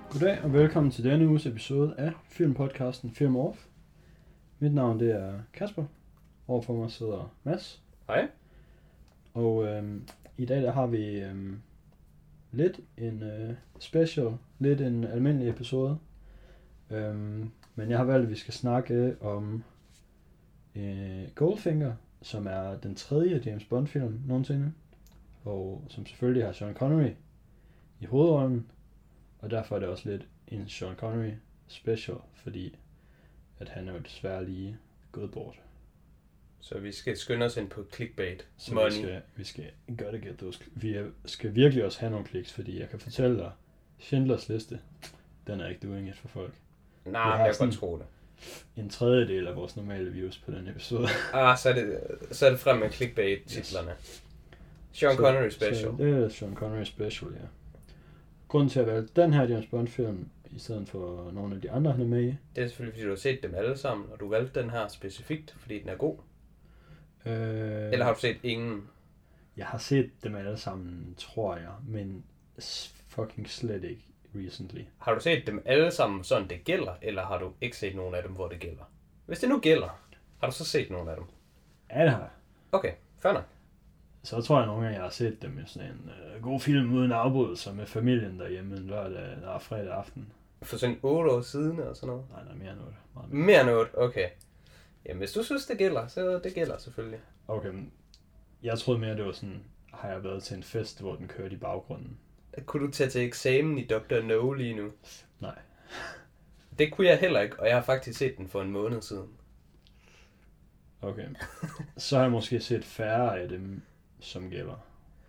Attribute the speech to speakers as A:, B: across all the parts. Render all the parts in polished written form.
A: Goddag og velkommen til denne uges episode af filmpodcasten Film Off. Mit navn det er Kasper. Overfor mig sidder Mads.
B: Hej.
A: Og i dag der har vi lidt en special, lidt en almindelig episode. Men jeg har valgt, at vi skal snakke om Goldfinger, som er den tredje James Bond film nogensinde. Og som selvfølgelig har Sean Connery i hovedrollen. Og derfor er det også lidt en Sean Connery special, fordi at han er jo desværre lige gået bort.
B: Så vi skal skynde os ind på clickbait.
A: Så vi skal gøre det get those. Vi skal virkelig også have nogle kliks, fordi jeg kan fortælle dig, Schindlers liste, den er ikke doing it for folk.
B: Nej, jeg kan godt tro det.
A: En tredjedel af vores normale views på den episode.
B: Så er det frem med clickbait-titlerne. Yes. Sean Connery special.
A: Så det er Sean Connery special, ja. Grunden til at vælge den her James Bond film, i stedet for nogle af de andre, han er med i.
B: Det er selvfølgelig, fordi du har set dem alle sammen, og du valgte den her specifikt, fordi den er god. Eller har du set ingen?
A: Jeg har set dem alle sammen, tror jeg, men fucking slet ikke recently.
B: Har du set dem alle sammen, sådan det gælder, eller har du ikke set nogen af dem, hvor det gælder? Hvis det nu gælder, har du så set nogen af dem?
A: Ja, det har jeg.
B: Okay, fair nok.
A: Så tror jeg nogle gange, jeg har set dem i sådan en god film uden afbrydelser med familien derhjemme en lørdag eller fredag aften.
B: For sådan 8 år siden eller sådan noget?
A: Nej, mere end 8.
B: Mere end 8, okay. Jamen, hvis du synes, det gælder, så det gælder selvfølgelig.
A: Okay, men jeg troede mere, det var sådan, har jeg været til en fest, hvor den kørte i baggrunden.
B: Kunne du tage til eksamen i Dr. No lige nu?
A: Nej. Det
B: kunne jeg heller ikke, og jeg har faktisk set den for en måned siden.
A: Okay. Så har jeg måske set færre af dem, som gælder.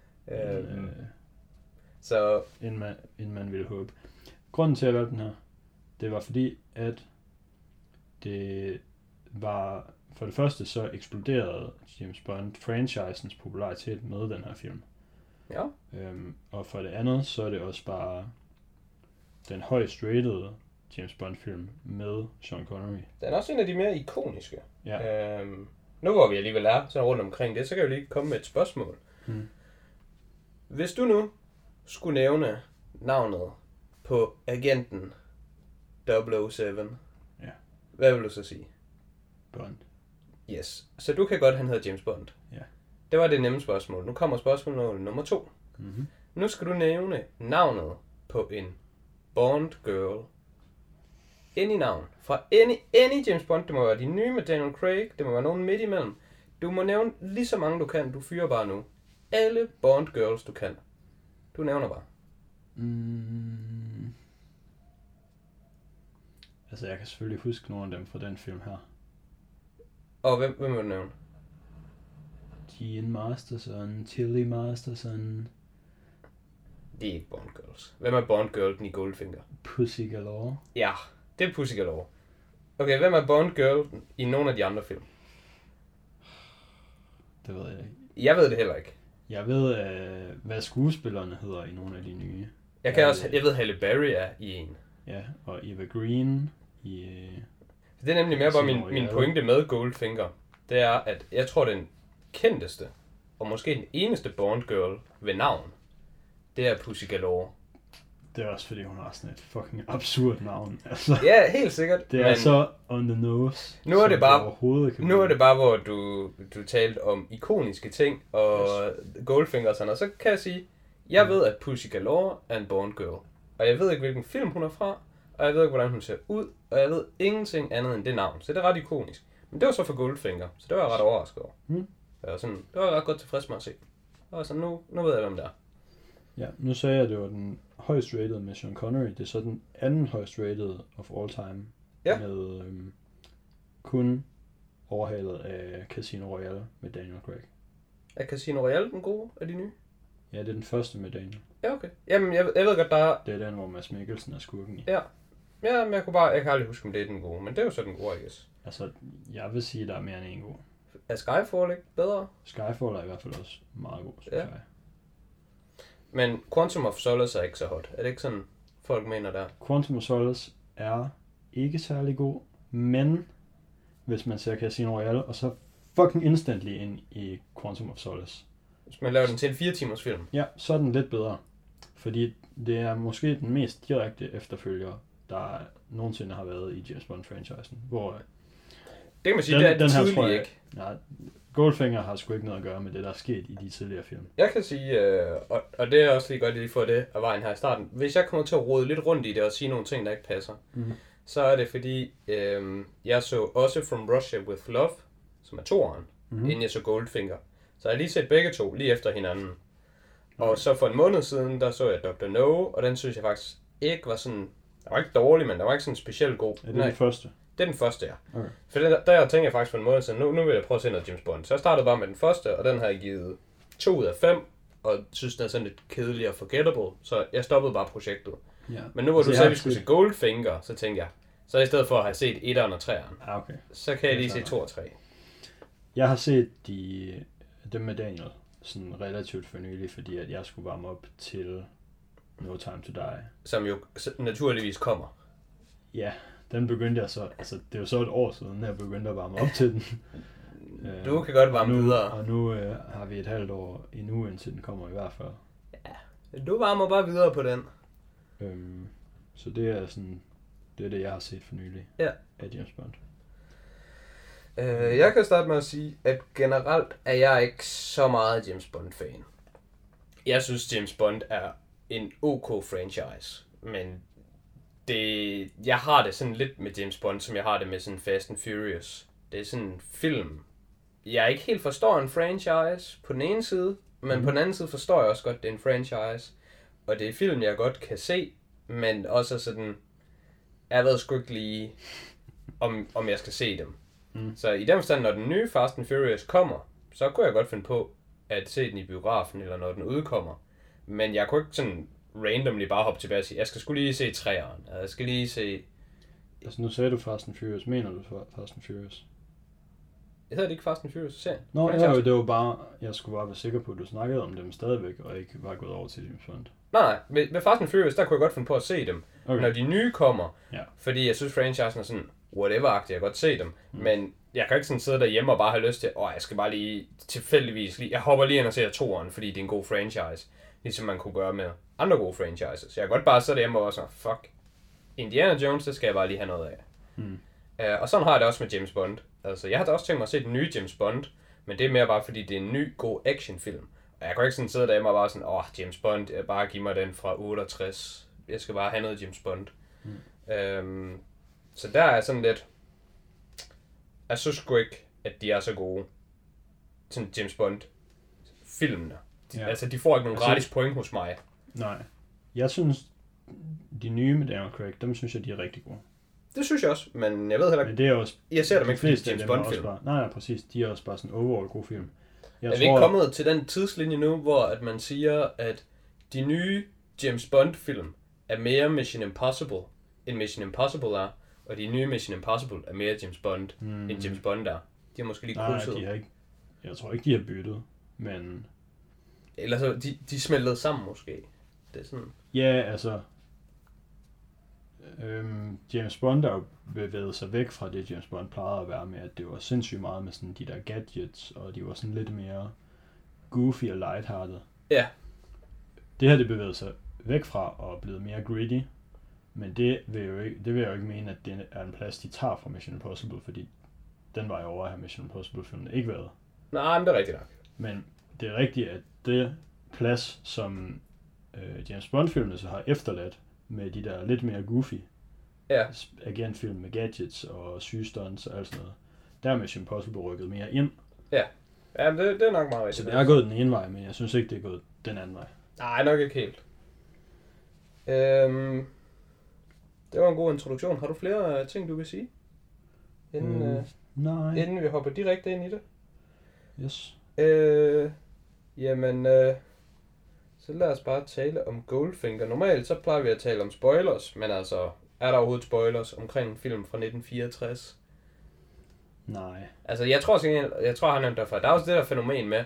B: Så
A: end man ville håbe. Grunden til at valgte den her, det var fordi, at det var, for det første så eksploderede James Bond franchisens popularitet med den her film.
B: Ja.
A: Og for det andet, så er det også bare den højst rated James Bond film med Sean Connery.
B: Den er også en af de mere ikoniske.
A: Ja.
B: Nu hvor vi alligevel er så rundt omkring det, så kan jeg jo lige komme med et spørgsmål. Hvis du nu skulle nævne navnet på agenten 007,
A: ja.
B: Hvad vil du så sige?
A: Bond.
B: Yes. Så du kan godt, han hedder James Bond.
A: Ja.
B: Det var det nemme spørgsmål. Nu kommer spørgsmål nummer 2.
A: Mm-hmm.
B: Nu skal du nævne navnet på en Bond girl. Any navn. Fra any James Bond. Det må være de nye med Daniel Craig. Det må være nogen midt imellem. Du må nævne lige så mange du kan. Du fyrer bare nu. Alle Bond girls du kan. Du nævner bare.
A: Altså jeg kan selvfølgelig huske nogle af dem fra den film her.
B: Og hvem vil du nævne?
A: Jean Masterson, Tilly Masterson.
B: Det er ikke Bond girls. Hvem er Bond girl i Goldfinger?
A: Pussy Galore.
B: Ja, det er Pussy Galore. Okay, hvem er Bond girl i nogle af de andre film?
A: Det ved jeg ikke.
B: Jeg ved det heller ikke.
A: Jeg ved, hvad skuespillerne hedder i nogle af de nye.
B: Jeg ved, Halle Berry er i en.
A: Ja, og Eva Green i...
B: Det er nemlig mere bare min pointe med Goldfinger. Det er, at jeg tror, den kendteste, og måske den eneste Bond girl ved navn, det er Pussy Galore.
A: Det er også fordi, hun har sådan et fucking absurd navn. Altså,
B: ja, helt sikkert.
A: Det er så on the nose.
B: Nu er det bare, hvor du talte om ikoniske ting, og yes. Goldfinger og sådan, og så kan jeg sige, jeg ved, at Pussy Galore er en Bond girl. Og jeg ved ikke, hvilken film hun er fra, og jeg ved ikke, hvordan hun ser ud, og jeg ved ingenting andet end det navn. Så det er ret ikonisk. Men det var så for Goldfinger, så det var jeg ret overrasket over. Det var jeg ret godt tilfreds med at se. Og så nu ved jeg, hvem det er.
A: Ja, nu sagde jeg, at det var den højst rated med Sean Connery. Det er så den anden højst rated of all time.
B: Ja.
A: Med kun overhalet af Casino Royale med Daniel Craig.
B: Er Casino Royale den gode af de nye?
A: Ja, det er den første med Daniel.
B: Ja, okay. Jamen, jeg ved godt, der er...
A: Det er den, hvor Mads Mikkelsen er skurken i.
B: Ja. Ja, men jeg kan aldrig huske, om det er den gode. Men det er jo så den gode, I guess.
A: Altså, jeg vil sige, der er mere end en god.
B: Er Skyfall ikke bedre?
A: Skyfall er i hvert fald også meget god, synes jeg.
B: Men Quantum of Solace er ikke så hot. Er det ikke sådan, folk mener der?
A: Quantum of Solace er ikke særlig god, men hvis man ser Casino Royale, og så fucking instantly ind i Quantum of Solace.
B: Hvis man laver den til en 4 timers film?
A: Ja, så er den lidt bedre. Fordi det er måske den mest direkte efterfølger, der nogensinde har været i James Bond-franchisen. Hvor
B: det kan man sige, det er det tidlige, ikke?
A: Nej, Goldfinger har sgu ikke noget at gøre med det, der er sket i de tidligere film.
B: Jeg kan sige, og det er også lige godt, at I lige får det af vejen her i starten. Hvis jeg kommer til at rode lidt rundt i det og sige nogle ting, der ikke passer, så er det fordi, jeg så også From Russia With Love, som er 2'eren, inden jeg så Goldfinger. Så jeg har lige set begge to, lige efter hinanden. Og så for en måned siden, der så jeg Dr. No, og den synes jeg faktisk ikke var sådan... Den var ikke dårlig, men den var ikke sådan specielt god.
A: Er det den første?
B: Det er den første, ja. Okay. For der tænkte jeg faktisk for en måned siden, nu vil jeg prøve at se noget James Bond. Så jeg startede bare med den første, og den har jeg givet 2 ud af 5, og synes den er sådan lidt kedelig og forgettable, så jeg stoppede bare projektet. Ja. Men nu hvor du sagde, at vi skulle se Goldfinger, så tænkte jeg, så i stedet for at have set 1'eren og 3'eren,
A: okay.
B: Så kan jeg lige se 2 og 3.
A: Jeg har set dem med Daniel sådan relativt for nylig, fordi at jeg skulle varme op til No Time to Die.
B: Som jo naturligvis kommer.
A: Ja, den begyndte jeg så, altså det er jo så et år siden, jeg begyndte at varme op til den.
B: Du kan godt varme videre.
A: Og nu har vi et halvt år endnu, indtil den kommer i hvert fald.
B: Ja, du varmer bare videre på den.
A: Så det er sådan, det er det, jeg har set for nylig af James Bond.
B: Jeg kan starte med at sige, at generelt er jeg ikke så meget James Bond-fan. Jeg synes, James Bond er en OK franchise, men jeg har det sådan lidt med James Bond, som jeg har det med sådan Fast and Furious. Det er sådan en film. Jeg ikke helt forstår en franchise på den ene side, men på den anden side forstår jeg også godt, det er en franchise. Og det er film, jeg godt kan se, men også sådan, jeg ved sgu ikke lige, om jeg skal se dem. Så i den forstand, når den nye Fast and Furious kommer, så kunne jeg godt finde på at se den i biografen, eller når den udkommer. Men jeg kunne ikke sådan randomly bare hoppe tilbage og sige, jeg skal sgu lige se 3'eren, jeg skal lige se...
A: Altså nu sagde du Fast and Furious, mener du Fast and Furious?
B: Jeg hedder det ikke Fast and Furious, se.
A: Nå, det var bare, jeg skulle bare være sikker på, at du snakkede om dem stadigvæk, og ikke var gået over til James Bond.
B: Nej, med Fast and Furious, der kunne jeg godt finde på at se dem, når de nye kommer.
A: Ja.
B: Fordi jeg synes, franchisen er sådan, whatever-agtigt, jeg kan godt se dem. Men jeg kan ikke sådan sidde derhjemme og bare have lyst til, jeg skal bare lige tilfældigvis lige, jeg hopper lige ind og ser 2'eren, fordi det er en god franchise. Ligesom man kunne gøre med andre gode franchises. Så jeg kan godt bare sidde derhjemme og sådan, fuck, Indiana Jones, det skal jeg bare lige have noget af. Og sådan har jeg det også med James Bond. Altså, jeg har da også tænkt mig at se den nye James Bond, men det er mere bare fordi, det er en ny, god actionfilm. Og jeg kan ikke sådan sidde derhjemme og bare sådan, James Bond, bare giv mig den fra 68. Jeg skal bare have noget James Bond. Så der er sådan lidt, jeg synes sgu ikke, at de er så gode. Sådan James Bond-filmene. Altså, de får ikke nogen gratis point hos mig.
A: Nej. Jeg synes, de nye med Daniel Craig, dem synes jeg, de er rigtig gode.
B: Det synes jeg også, men jeg ved heller ikke...
A: Men det er også...
B: Jeg ser dem ikke fordi James Bond-film.
A: Nej, præcis. De er også bare sådan overall gode film.
B: Er vi ikke kommet til den tidslinje nu, hvor at man siger, at de nye James Bond-film er mere Mission Impossible, end Mission Impossible er, og de nye Mission Impossible er mere James Bond, end James Bond er? De har måske lige krydset.
A: Nej, de har ikke... Jeg tror ikke, de har byttet, men...
B: Eller så, de smeltede sammen måske. Det er sådan...
A: Ja, altså... James Bond er jo bevæget sig væk fra det, James Bond plejede at være med, at det var sindssygt meget med sådan de der gadgets, og de var sådan lidt mere goofy og lighthearted.
B: Ja.
A: Det her, det bevæget sig væk fra og er blevet mere gritty, men det vil jeg jo ikke mene, at det er en plads, de tager fra Mission Impossible, fordi den var jo over at have Mission Impossible-filmen ikke været.
B: Nej, men det er rigtigt nok.
A: Men det er rigtigt, at det plads, som James Bond-filmene så har efterladt, med de der lidt mere goofy agentfilm med gadgets og sygestunts og alt sådan noget, der er Mission Impossible rykket mere ind.
B: Ja, det er nok meget rigtigt.
A: Så det er gået den ene vej, men jeg synes ikke, det er gået den anden vej.
B: Nej, nok ikke helt. Det var en god introduktion. Har du flere ting, du vil sige? Inden vi hopper direkte ind i det?
A: Yes.
B: Så lad os bare tale om Goldfinger. Normalt så plejer vi at tale om spoilers, men altså, er der overhovedet spoilers omkring en film fra 1964?
A: Nej.
B: Altså, jeg tror han nævnte derfor, der er også det der fænomen med,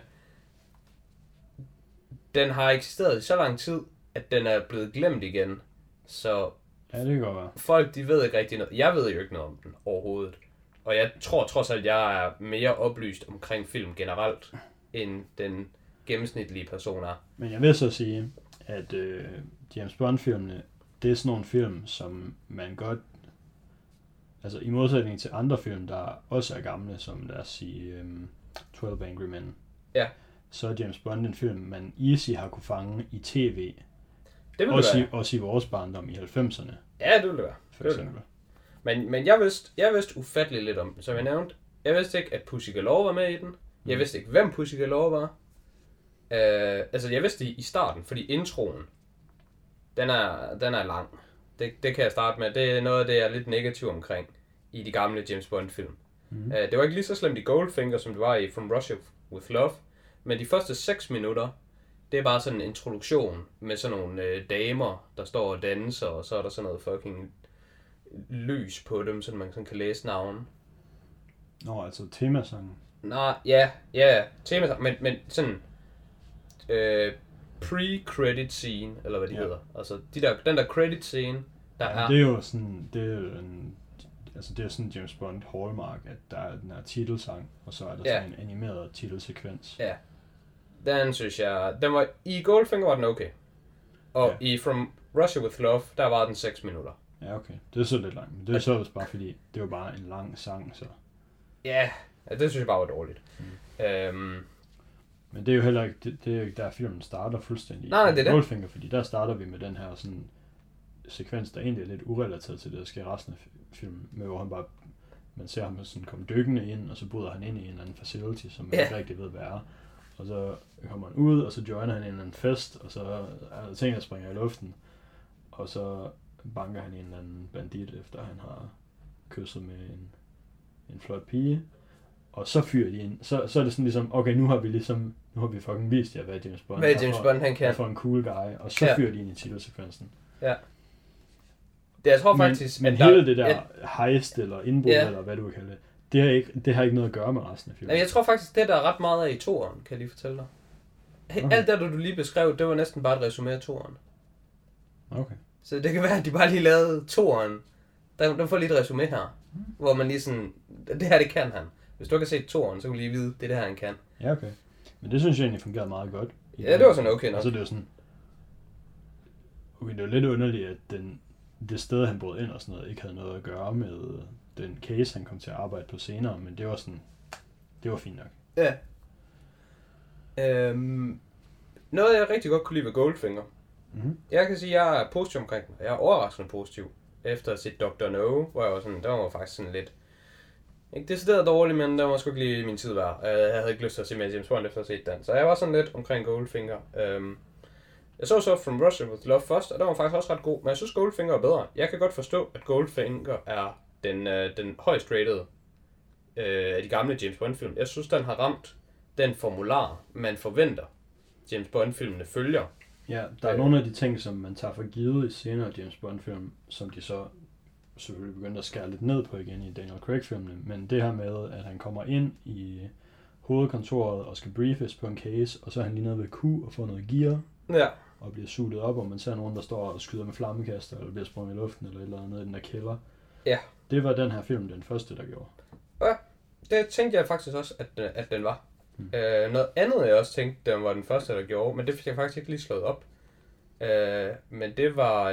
B: den har eksisteret i så lang tid, at den er blevet glemt igen. Så
A: ja, det kan godt være.
B: Folk, de ved ikke rigtig noget. Jeg ved jo ikke noget om den overhovedet. Og jeg tror trods alt, jeg er mere oplyst omkring film generelt, end den gennemsnitlige person er.
A: Men jeg vil så sige, at James Bond-filmene, det er sådan nogle film, som man godt, altså i modsætning til andre film, der også er gamle, som lad os sige 12 Angry Men,
B: ja.
A: Så er James Bond en film, man easy har kunne fange i tv.
B: Det vil
A: også i vores barndom i 90'erne.
B: Ja, det vil det være.
A: For eksempel.
B: Men jeg vidste ufatteligt lidt om den, som jeg nævnte. Jeg vidste ikke, at Pussy Galore var med i den. Jeg vidste ikke, hvem Pussy Galore var. Altså, jeg vidste i starten, fordi introen, den er lang. Det kan jeg starte med. Det er noget af det, jeg er lidt negativ omkring i de gamle James Bond-film. Det var ikke lige så slemt i Goldfinger, som det var i From Russia With Love. Men de første 6 minutter, det er bare sådan en introduktion med sådan nogle damer, der står og danser, og så er der sådan noget fucking lys på dem, så man sådan kan læse navnen.
A: Nå, altså temasangen.
B: Nej, ja, temasang, men sådan pre-credit scene, eller hvad de hedder. Altså den der credit scene, der er...
A: Det er jo sådan, det er sådan James Bond hallmark, at der er den her titelsang, og så er der sådan en animeret titelsekvens.
B: Ja. Den synes jeg, i Goldfinger var den okay. Og i From Russia With Love, der var den 6 minutter.
A: Ja, okay. Det er så lidt langt. Men det er så også bare fordi, det var bare en lang sang, så...
B: Ja, det synes jeg bare var dårligt.
A: Men det er jo heller ikke, det er jo ikke der filmen starter fuldstændig.
B: Nej, det er
A: Goldfinger, fordi der starter vi med den her sådan sekvens, der egentlig er lidt urelateret til det, der sker resten af filmen, med hvor man ser ham sådan komme dykkende ind, og så bryder han ind i en eller anden facility, som man ikke rigtig ved, hvad er. Og så kommer han ud, og så joiner han en eller anden fest, og så er der ting, der springer i luften. Og så banker han en eller anden bandit, efter han har kysset med en flot pige. Og så fyrer de ind. Så er det sådan ligesom, okay, nu har vi fucking vist jer, hvad James Bond
B: hvad James Bond han kan.
A: For en cool guy. Og så fyrer de ind i titelsekvensen.
B: Ja. Det jeg tror faktisk...
A: Men hele det der heist, eller indbrud, eller hvad du vil kalde det, det har ikke noget at gøre med resten af filmen.
B: Jeg tror faktisk, det der er ret meget af i toeren, kan jeg lige fortælle dig. Okay. Alt det, du lige beskrev, det var næsten bare et resumé af toeren.
A: Okay.
B: Så det kan være, at de bare lige lavede toeren. Der får lige et resumé her, hvor man lige sådan, det her, det kan han. Hvis du ikke har set toeren, så kan du lige vide, det er det her, han kan.
A: Ja, okay. Men det synes jeg egentlig fungerede meget godt.
B: Ja, det var sådan okay nok.
A: Altså det var sådan, okay, det var lidt underligt, at det sted, han brød ind og sådan noget, ikke havde noget at gøre med den case, han kom til at arbejde på senere, men det var sådan, det var fint nok.
B: Ja. Noget, jeg rigtig godt kunne lide ved Goldfinger. Jeg kan sige, at jeg er positiv omkring den. Jeg er overraskende positiv. Efter at have set Dr. No, hvor jeg var sådan, der var faktisk sådan lidt, ikke decideret dårligt, men der var sgu ikke lige min tid værd. Jeg havde ikke lyst til at se mere James Bond efter at have set den. Så jeg var sådan lidt omkring Goldfinger. Jeg så From Russia With Love først, og den var faktisk også ret god, men jeg synes Goldfinger er bedre. Jeg kan godt forstå, at Goldfinger er den højst rated af de gamle James Bond-film. Jeg synes, den har ramt den formular, man forventer James Bond-filmene følger.
A: Ja, der er nogle af de ting, som man tager for givet i senere James Bond-film, som de så selvfølgelig begyndte at skære lidt ned på igen i Daniel Craig-filmene, men det her med, at han kommer ind i hovedkontoret og skal briefes på en case, og så er han lige nede ved Q og får noget gear, og bliver suget op, og man ser nogen, der står og skyder med flammekaster, eller bliver sprunget i luften, eller et eller andet i den der kælder.
B: Ja.
A: Det var den her film, den første, der gjorde.
B: Ja, det tænkte jeg faktisk også, at den var. Noget andet, jeg også tænkte, den var den første, der gjorde, men det fik jeg faktisk ikke lige slået op. Men det var...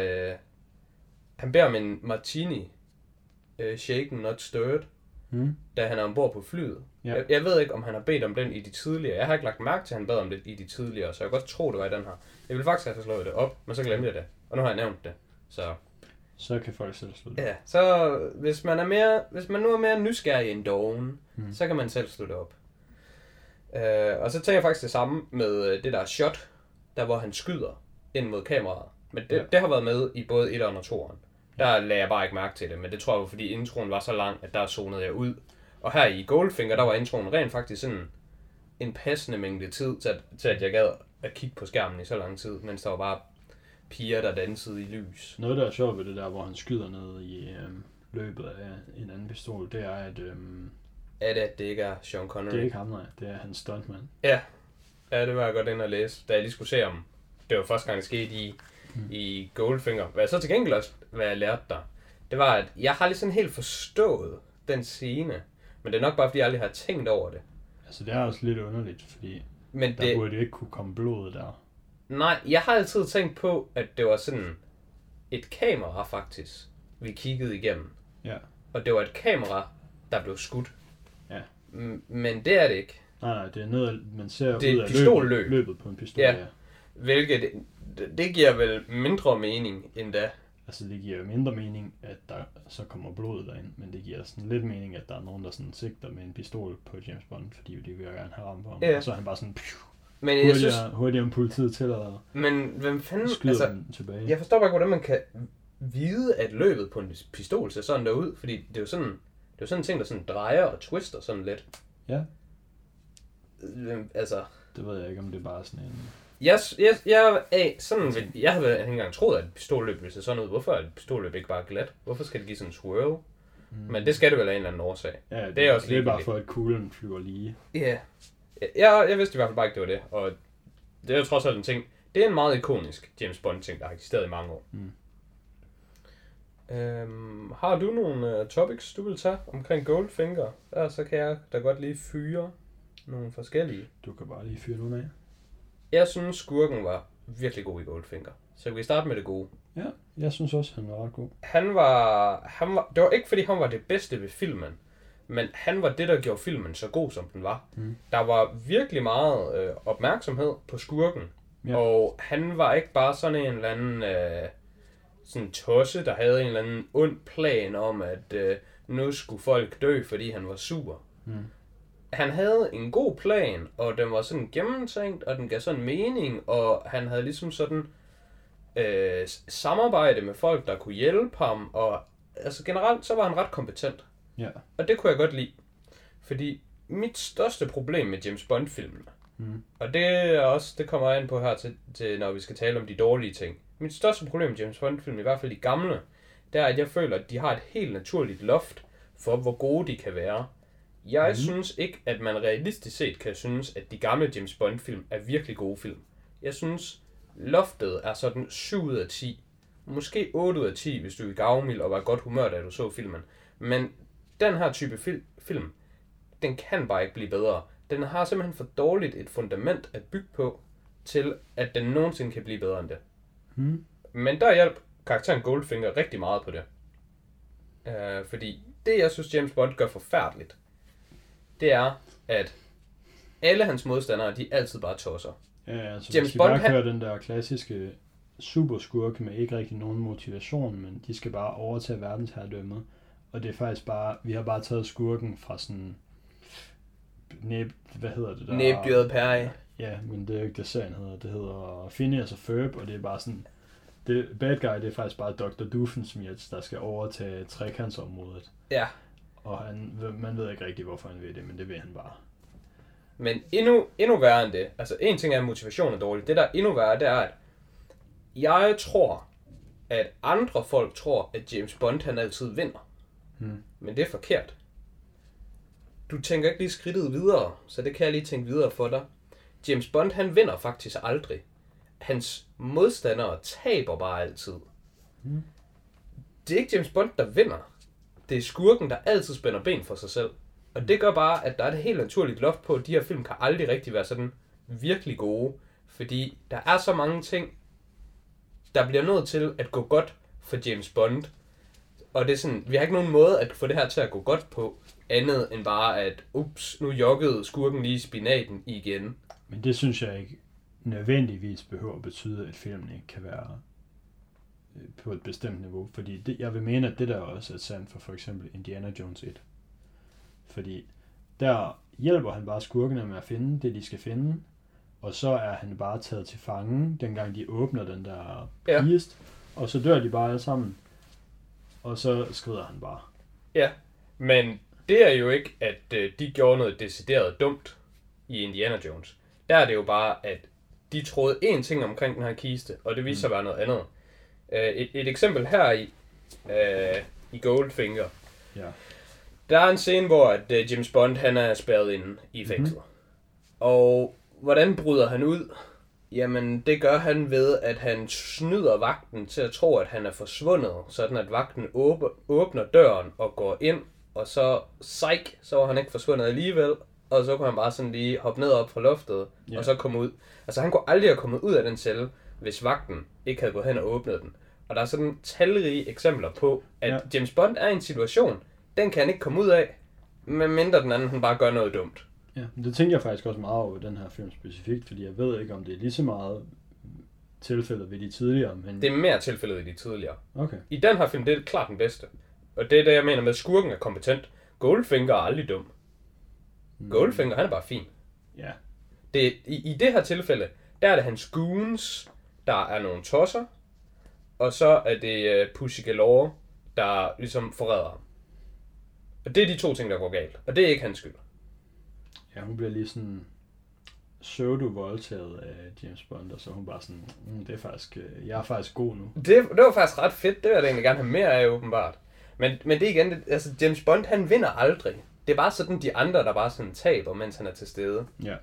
B: han beder om en martini, shaken, not stirred, da han er ombord på flyet. Ja. Jeg ved ikke, om han har bedt om den i de tidligere. Jeg har ikke lagt mærke til, at han bad om det i de tidligere, så jeg kan godt tro, det var i den her. Jeg ville faktisk have slået det op, men så glemte jeg det. Og nu har jeg nævnt det,
A: så kan folk selv slå det.
B: Ja, så hvis man nu er mere nysgerrig end doven, så kan man selv slå det op. Og så tænker jeg faktisk det samme med det der shot, der hvor han skyder ind mod kameraet. Men det har været med i både 1'eren og 2'eren. Der lagde jeg bare ikke mærke til det, men det tror jeg var, fordi introen var så lang, at der zonede jeg ud. Og her i Goldfinger, der var introen rent faktisk sådan en passende mængde tid, til at jeg gad at kigge på skærmen i så lang tid, mens der var bare piger, der dansede i lys.
A: Noget, der er sjovt ved det der, hvor han skyder ned i løbet af en anden pistol, det er, at
B: det ikke er Sean Connery.
A: Det er ikke ham, nej. Det er hans stuntman.
B: Ja, det var jeg godt inde og læse, da jeg lige skulle se om det var første gang, det skete i Goldfinger. Hvad jeg så til gengæld også, hvad jeg lærte der, det var, at jeg har lige sådan helt forstået den scene, men det er nok bare, fordi jeg aldrig har tænkt over det.
A: Altså, det er også lidt underligt, fordi der burde jo ikke kunne komme blod der.
B: Nej, jeg har altid tænkt på, at det var sådan et kamera faktisk, vi kiggede igennem.
A: Ja.
B: Og det var et kamera, der blev skudt.
A: Ja.
B: Men det er det ikke.
A: Nej, det er noget, man ser
B: det
A: ud af løbet på en pistol.
B: Ja. Hvilket, det giver vel mindre mening end da.
A: Altså det giver jo mindre mening, at der så kommer blod derind, men det giver sådan lidt mening, at der er nogen, der sådan sigter med en pistol på James Bond, fordi de vil gerne have ramt på ham. Ja. Og så er han bare sådan
B: men
A: hurtigere om politiet til at
B: men hvem fanden,
A: skyder dem tilbage.
B: Jeg forstår bare ikke, hvordan man kan vide, at løbet på en pistol ser sådan der ud, fordi det er jo sådan en ting, der sådan drejer og twister sådan lidt.
A: Ja.
B: Altså.
A: Det ved jeg ikke, om det er bare sådan en...
B: Jeg havde ikke engang troet, at et pistolløb ville se sådan ud. Hvorfor er et pistolløb ikke bare glat? Hvorfor skal det give sådan en swirl? Men det skal det vel af en eller anden årsag.
A: Ja, det er også det er bare for, at kuglen flyver lige.
B: Ja. Jeg vidste i hvert fald bare ikke, det var det. Og det er jo trods alt en ting. Det er en meget ikonisk James Bond-ting, der har eksisteret i mange år. Har du nogle topics, du vil tage omkring Goldfinger? Så kan jeg da godt lige fyre nogle forskellige.
A: Du kan bare lige fyre nogle af.
B: Jeg synes, skurken var virkelig god i Goldfinger. Så kan vi starte med det gode.
A: Ja, jeg synes også, han var ret god.
B: Han var, det var ikke, fordi han var det bedste ved filmen, men han var det, der gjorde filmen så god, som den var. Der var virkelig meget opmærksomhed på skurken. Ja. Og han var ikke bare sådan en eller anden sådan tosse, der havde en eller anden ond plan om, at nu skulle folk dø, fordi han var sur. Han havde en god plan, og den var sådan gennemtænkt, og den gav sådan mening, og han havde ligesom sådan samarbejde med folk, der kunne hjælpe ham, og altså generelt, så var han ret kompetent.
A: Ja.
B: Og det kunne jeg godt lide. Fordi mit største problem med James Bond-filmene, og det kommer jeg ind på her til, når vi skal tale om de dårlige ting. Mit største problem med James Bond-filmene, i hvert fald de gamle, det er, at jeg føler, at de har et helt naturligt loft for, hvor gode de kan være. Jeg synes ikke, at man realistisk set kan synes, at de gamle James Bond-film er virkelig gode film. Jeg synes, loftet er sådan 7 ud af 10. Måske 8 ud af 10, hvis du er gavmild og var i godt humør, da du så filmen. Men den her type film, den kan bare ikke blive bedre. Den har simpelthen for dårligt et fundament at bygge på, til at den nogensinde kan blive bedre end det. Men der hjalp karakteren Goldfinger rigtig meget på det. Fordi det, jeg synes, James Bond gør forfærdeligt, det er, at alle hans modstandere, de altid bare tosser.
A: Ja, altså James Bond bare kører den der klassiske superskurk med ikke rigtig nogen motivation, men de skal bare overtage verdensherredømmet. Og det er faktisk bare, vi har bare taget skurken fra sådan, hvad hedder det der?
B: Næbdyret Perry.
A: Ja, men det er jo ikke det, serien hedder. Det hedder Phineas og Ferb, og det er bare sådan, bad guy, det er faktisk bare Dr. Doofenshmirtz, der skal overtage trekantsområdet.
B: Ja.
A: Og man ved ikke rigtig, hvorfor han vil det, men det vil han bare.
B: Men endnu værre end det, altså en ting er, at motivation er dårligt. Det der er endnu værre, det er, at jeg tror, at andre folk tror, at James Bond han altid vinder. Men det er forkert. Du tænker ikke lige skridtet videre, så det kan jeg lige tænke videre for dig. James Bond han vinder faktisk aldrig. Hans modstandere taber bare altid. Det er ikke James Bond, der vinder. Det er skurken, der altid spænder ben for sig selv. Og det gør bare, at der er et helt naturligt loft på, at de her film kan aldrig rigtig være sådan virkelig gode. Fordi der er så mange ting, der bliver nødt til at gå godt for James Bond. Og det er sådan, vi har ikke nogen måde at få det her til at gå godt på, andet end bare at, nu joggede skurken lige spinaten igen.
A: Men det synes jeg ikke nødvendigvis behøver at betyde, at filmen ikke kan være på et bestemt niveau. Fordi jeg vil mene, at det der også er sandt for eksempel Indiana Jones 1. Fordi der hjælper han bare skurkene med at finde det, de skal finde. Og så er han bare taget til fange, dengang de åbner den der kiste. Og så dør de bare alle sammen. Og så skrider han bare.
B: Ja, men det er jo ikke, at de gjorde noget decideret dumt i Indiana Jones. Der er det jo bare, at de troede én ting omkring den her kiste, og det viste sig at være noget andet. Et eksempel her i Goldfinger.
A: Ja.
B: Der er en scene, hvor at James Bond han er spærret inde i fængsel. Og hvordan bryder han ud? Jamen, det gør han ved, at han snyder vagten til at tro, at han er forsvundet, sådan at vagten åbner døren og går ind, og så var han ikke forsvundet alligevel, og så kunne han bare sådan lige hoppe ned op fra loftet, og så komme ud. Altså han kunne aldrig have kommet ud af den celle, hvis vagten ikke havde gået hen og åbnet den. Og der er sådan talrige eksempler på, at James Bond er i en situation, den kan han ikke komme ud af, medmindre den anden, han bare gør noget dumt.
A: Ja, det tænker jeg faktisk også meget over den her film specifikt, fordi jeg ved ikke, om det er lige så meget tilfældet ved de tidligere, men...
B: Det er mere tilfældet i de tidligere.
A: Okay.
B: I den her film, det er klart den bedste. Og det er det, jeg mener med, at skurken er kompetent. Goldfinger er aldrig dum. Goldfinger, han er bare fin.
A: Ja.
B: Det, i det her tilfælde, der er det hans goons, der er nogle tosser, og så er det Pussy Galore, der ligesom forræder ham. Og det er de to ting, der går galt. Og det er ikke hans skyld.
A: Ja, hun bliver lige sådan pseudo-voldtaget af James Bond, og så hun bare sådan, det er faktisk, jeg er faktisk god nu.
B: Det var faktisk ret fedt, det vil jeg egentlig gerne have mere af, åbenbart. Men det er igen, altså James Bond, han vinder aldrig. Det er bare sådan de andre, der bare sådan taber, mens han er til stede.
A: Ja.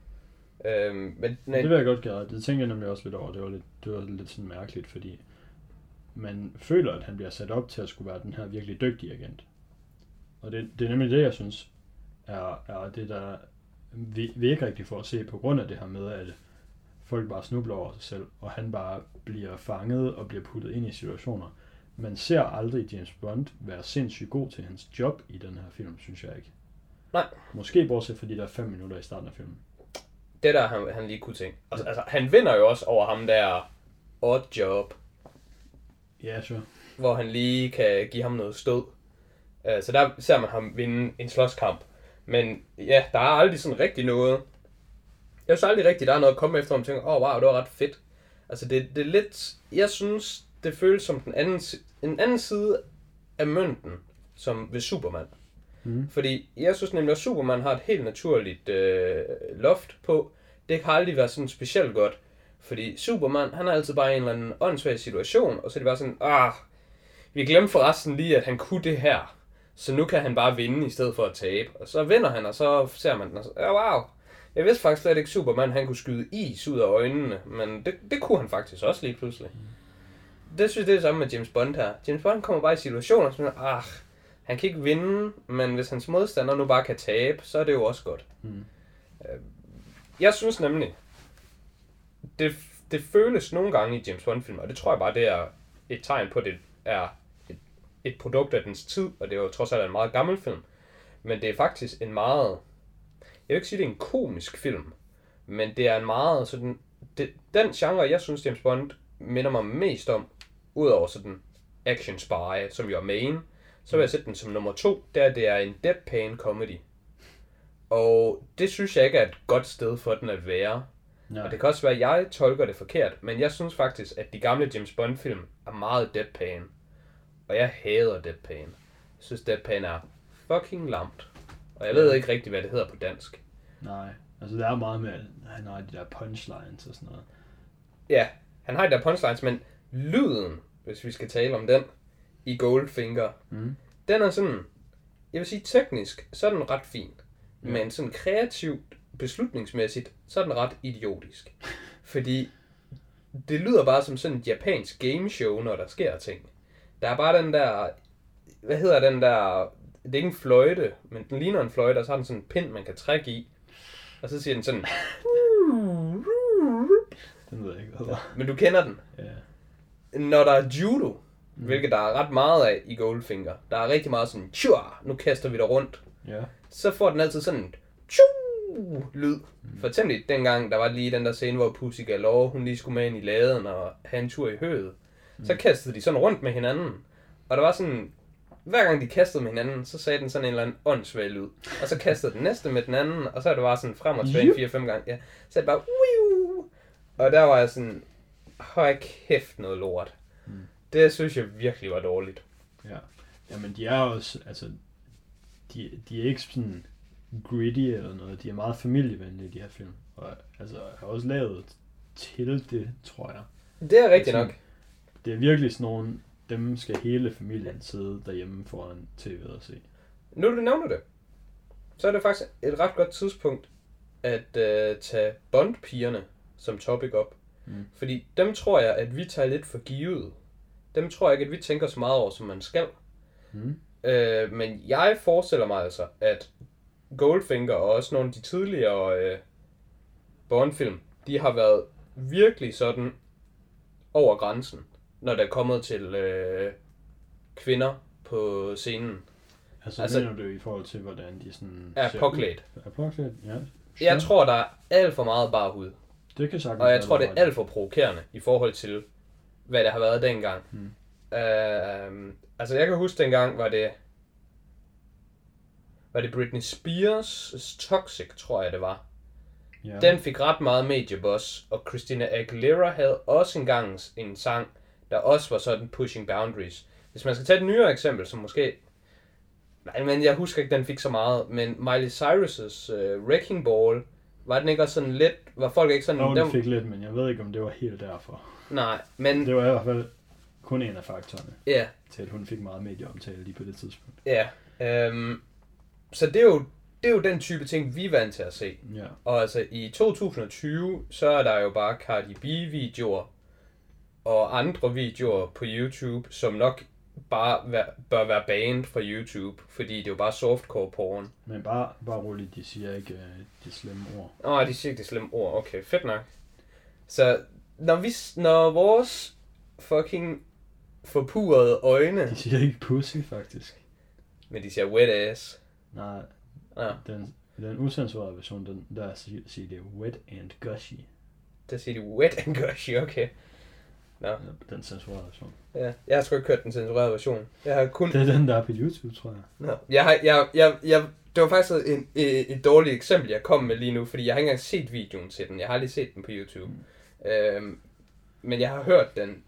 B: Men
A: det vil jeg godt gøre. Det tænker jeg nemlig også lidt over. Det var lidt sådan mærkeligt, fordi man føler, at han bliver sat op til at skulle være den her virkelig dygtige agent. Og det er nemlig det, jeg synes, er det, der vi ikke rigtig får at se på grund af det her med, at folk bare snubler over sig selv, og han bare bliver fanget og bliver puttet ind i situationer. Man ser aldrig James Bond være sindssygt god til hans job i den her film, synes jeg ikke.
B: Nej.
A: Måske bortset fra de der 5 minutter i starten af filmen.
B: Det der, han lige kunne tænke. Altså, han vinder jo også over ham der Odd Job.
A: Ja, sure.
B: Hvor han lige kan give ham noget stød. Så der ser man ham vinde en slåskamp. Men ja, der er aldrig sådan rigtig noget. Jeg synes aldrig rigtigt, der er noget at komme efter, og man tænker, wow, det var ret fedt. Altså det er lidt, jeg synes, det føles som en anden side af mønten, som ved Superman. Fordi jeg synes nemlig, at Superman har et helt naturligt loft på. Det kan aldrig være sådan specielt godt. Fordi Superman, han er altid bare i en eller anden åndssvag situation, og så er det bare sådan, vi glemte forresten lige, at han kunne det her. Så nu kan han bare vinde i stedet for at tabe. Og så vinder han, og så ser man den, og så, wow. Jeg vidste faktisk slet ikke, Superman han kunne skyde is ud af øjnene, men det kunne han faktisk også lige pludselig. Det synes jeg, det er det samme med James Bond her. James Bond kommer bare i situationer, som han kan ikke vinde, men hvis hans modstander nu bare kan tabe, så er det jo også godt. Jeg synes nemlig, det føles nogle gange i James Bond-film, og det tror jeg bare, det er et tegn på, at det er et produkt af dens tid, og det er jo trods alt en meget gammel film. Men det er faktisk en meget, jeg vil ikke sige, det er en komisk film, men det er en meget sådan, den genre, jeg synes James Bond minder mig mest om, udover sådan action spy, som jo er main, så vil jeg sætte den som nummer 2, det er en deadpan comedy. Og det synes jeg ikke er et godt sted for den at være. Nej. Og det kan også være, at jeg tolker det forkert, men jeg synes faktisk, at de gamle James Bond-film er meget deadpan. Og jeg hader deadpan. Jeg synes, deadpan er fucking lamt. Og jeg ved ikke rigtig, hvad det hedder på dansk.
A: Nej, altså der er meget med, han har de der punchlines og sådan noget.
B: Ja, han har de der punchlines, men lyden, hvis vi skal tale om den, i Goldfinger, den er sådan, jeg vil sige teknisk, så er den ret fin. Ja. Men sådan kreativt, beslutningsmæssigt, så er den ret idiotisk. Fordi det lyder bare som sådan et japansk gameshow, når der sker ting. Der er bare den der, hvad hedder den der, det er ikke en fløjte, men den ligner en fløjte, og så har den sådan en pind, man kan trække i. Og så siger den sådan,
A: den ved jeg ikke, hvad.
B: Men du kender den.
A: Ja.
B: Når der er judo, hvilket der er ret meget af i Goldfinger, der er rigtig meget sådan, nu kaster vi dig rundt.
A: Ja.
B: Så får den altid sådan en lyd. For eksempel dengang, der var lige den der scene, hvor Pussy Galore, hun lige skulle med ind i laden og have en tur i høet. Så kastede de sådan rundt med hinanden. Og der var sådan, hver gang de kastede med hinanden, så sagde den sådan en eller anden åndssvag lyd. Og så kastede den næste med den anden, og så er det bare sådan frem og tilbage 4-5 gange. Ja. Så er det bare, og der var jeg sådan, høj kæft noget lort. Det synes jeg virkelig var dårligt.
A: Ja. Jamen de er også, altså, de er ikke sådan gritty eller noget. De er meget familievenlige, de her film. Og altså, har også lavet til det, tror jeg.
B: Det er rigtigt nok.
A: Det er virkelig sådan nogle, dem skal hele familien sidde derhjemme foran tv'et og se.
B: Nu du nævner det, så er det faktisk et ret godt tidspunkt at tage Bond-pigerne som topic op. Fordi dem tror jeg, at vi tager lidt for givet. Dem tror jeg ikke, at vi tænker så meget over, som man skal. Men jeg forestiller mig altså, at Goldfinger og også nogle af de tidligere Bond-film, de har været virkelig sådan over grænsen, når det er kommet til kvinder på scenen.
A: Altså mener du i forhold til, hvordan de sådan...
B: Er påklædt.
A: Er påklædt, ja. Sure.
B: Jeg tror, der er alt for meget bare hud.
A: Det kan sagtens.
B: Og jeg tror, det er alt for provokerende i forhold til, hvad det har været dengang. Altså, jeg kan huske dengang, var det Britney Spears' Toxic, tror jeg det var. Ja. Den fik ret meget mediebuzz, og Christina Aguilera havde også engang en sang, der også var sådan pushing boundaries. Hvis man skal tage et nyere eksempel, som måske... Nej, men jeg husker ikke, den fik så meget, men Miley Cyrus' Wrecking Ball, var den ikke også sådan lidt... Var folk ikke sådan...
A: Den fik lidt, men jeg ved ikke, om det var helt derfor.
B: Nej, men...
A: Det var i hvert fald kun en af faktorerne.
B: Ja.
A: Til at hun fik meget medieomtale lige på det tidspunkt.
B: Ja. Så det er jo den type ting, vi er vant til at se.
A: Ja.
B: Og altså i 2020, så er der jo bare Cardi B-videoer og andre videoer på YouTube, som nok bare bør være banned fra YouTube, fordi det er jo bare softcore porn.
A: Men bare roligt, de siger ikke de slemme ord.
B: De siger ikke de slemme ord. Okay, fedt nok. Så når vores fucking forpurede øjne...
A: De siger ikke pussy, faktisk.
B: Men de siger wet ass.
A: Nej, den usensurerede version, der siger det wet and gushy.
B: Der siger de wet and gushy, okay. Nå.
A: Den censurerede version.
B: Ja, jeg har sgu ikke hørt den censurerede version. Jeg har kun...
A: Det er den, der er på YouTube, tror jeg.
B: Nå. Det var faktisk et dårligt eksempel, jeg kom med lige nu, fordi jeg har ikke engang set videoen til den. Jeg har aldrig set den på YouTube. Men jeg har hørt den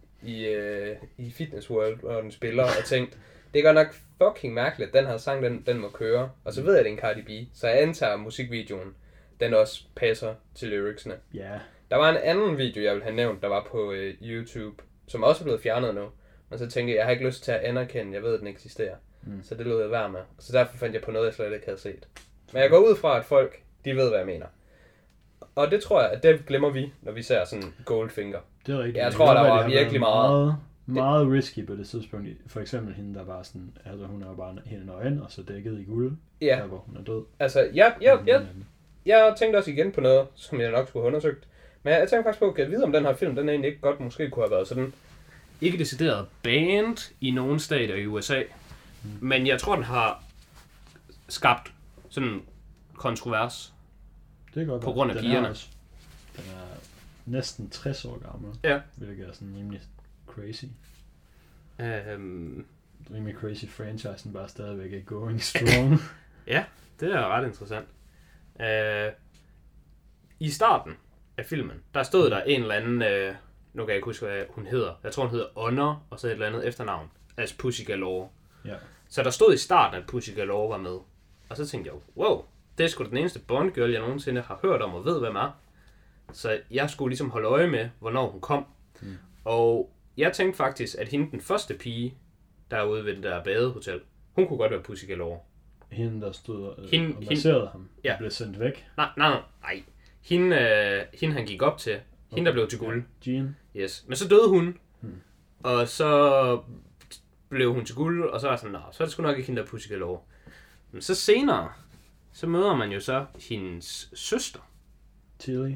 B: i Fitness World, hvor den spiller, og tænkt, det er godt nok fucking mærkeligt, at den her sang, den må køre. Og så ved jeg, at det er en Cardi B, så jeg antager musikvideoen, den også passer til lyricsene.
A: Ja. Yeah.
B: Der var en anden video, jeg ville have nævnt, der var på YouTube, som også er blevet fjernet nu. Men så tænkte jeg har ikke lyst til at anerkende, jeg ved, at den eksisterer. Så det lod jeg være med. Så derfor fandt jeg på noget, jeg slet ikke havde set. Men jeg går ud fra, at folk, de ved, hvad jeg mener. Og det tror jeg, at det glemmer vi, når vi ser sådan Goldfinger.
A: Det er rigtigt.
B: Jeg tror, der var virkelig
A: meget risky på det tidspunkt. For eksempel hende, der var sådan, altså hun er jo bare helt nøgen, og så dækket i guld, der hvor hun er død.
B: Altså, jeg tænkte også igen på noget, som jeg nok skulle have undersøgt. Men jeg tænkte faktisk på, at jeg vide om den her film, den egentlig ikke godt måske kunne have været sådan, ikke decideret banned i nogle stater i USA. Men jeg tror, den har skabt sådan kontrovers.
A: Det er godt
B: på grund af pigerne.
A: Den er næsten 60 år gammel.
B: Ja.
A: Hvilket er sådan rimelig crazy. Rimelig crazy franchisen bare stadigvæk er going strong.
B: Ja, det er ret interessant. I starten af filmen, der stod der en eller anden, nu kan jeg ikke huske, hvad hun hedder. Jeg tror, hun hedder Honor, og så et eller andet efternavn. Altså Pussy Galore.
A: Ja.
B: Så der stod i starten, at Pussy Galore var med. Og så tænkte jeg, wow, det er sgu den eneste Bond-girl, jeg nogensinde har hørt om og ved, hvem er. Så jeg skulle ligesom holde øje med, hvornår hun kom. Og jeg tænkte faktisk, at hende, den første pige, der er ude ved det der badehotel, hun kunne godt være Pussy Galore.
A: Hende, der stod og masserede ham,
B: ja.
A: Blev sendt væk.
B: Nej. Hende, han gik op til. Hende, der blev til guld.
A: Jean.
B: Yes. Men så døde hun. Og så blev hun til guld, og så er sådan, så er det sgu nok ikke hende, der Pussy Galore. Men så senere, så møder man jo så hendes søster.
A: Tilly.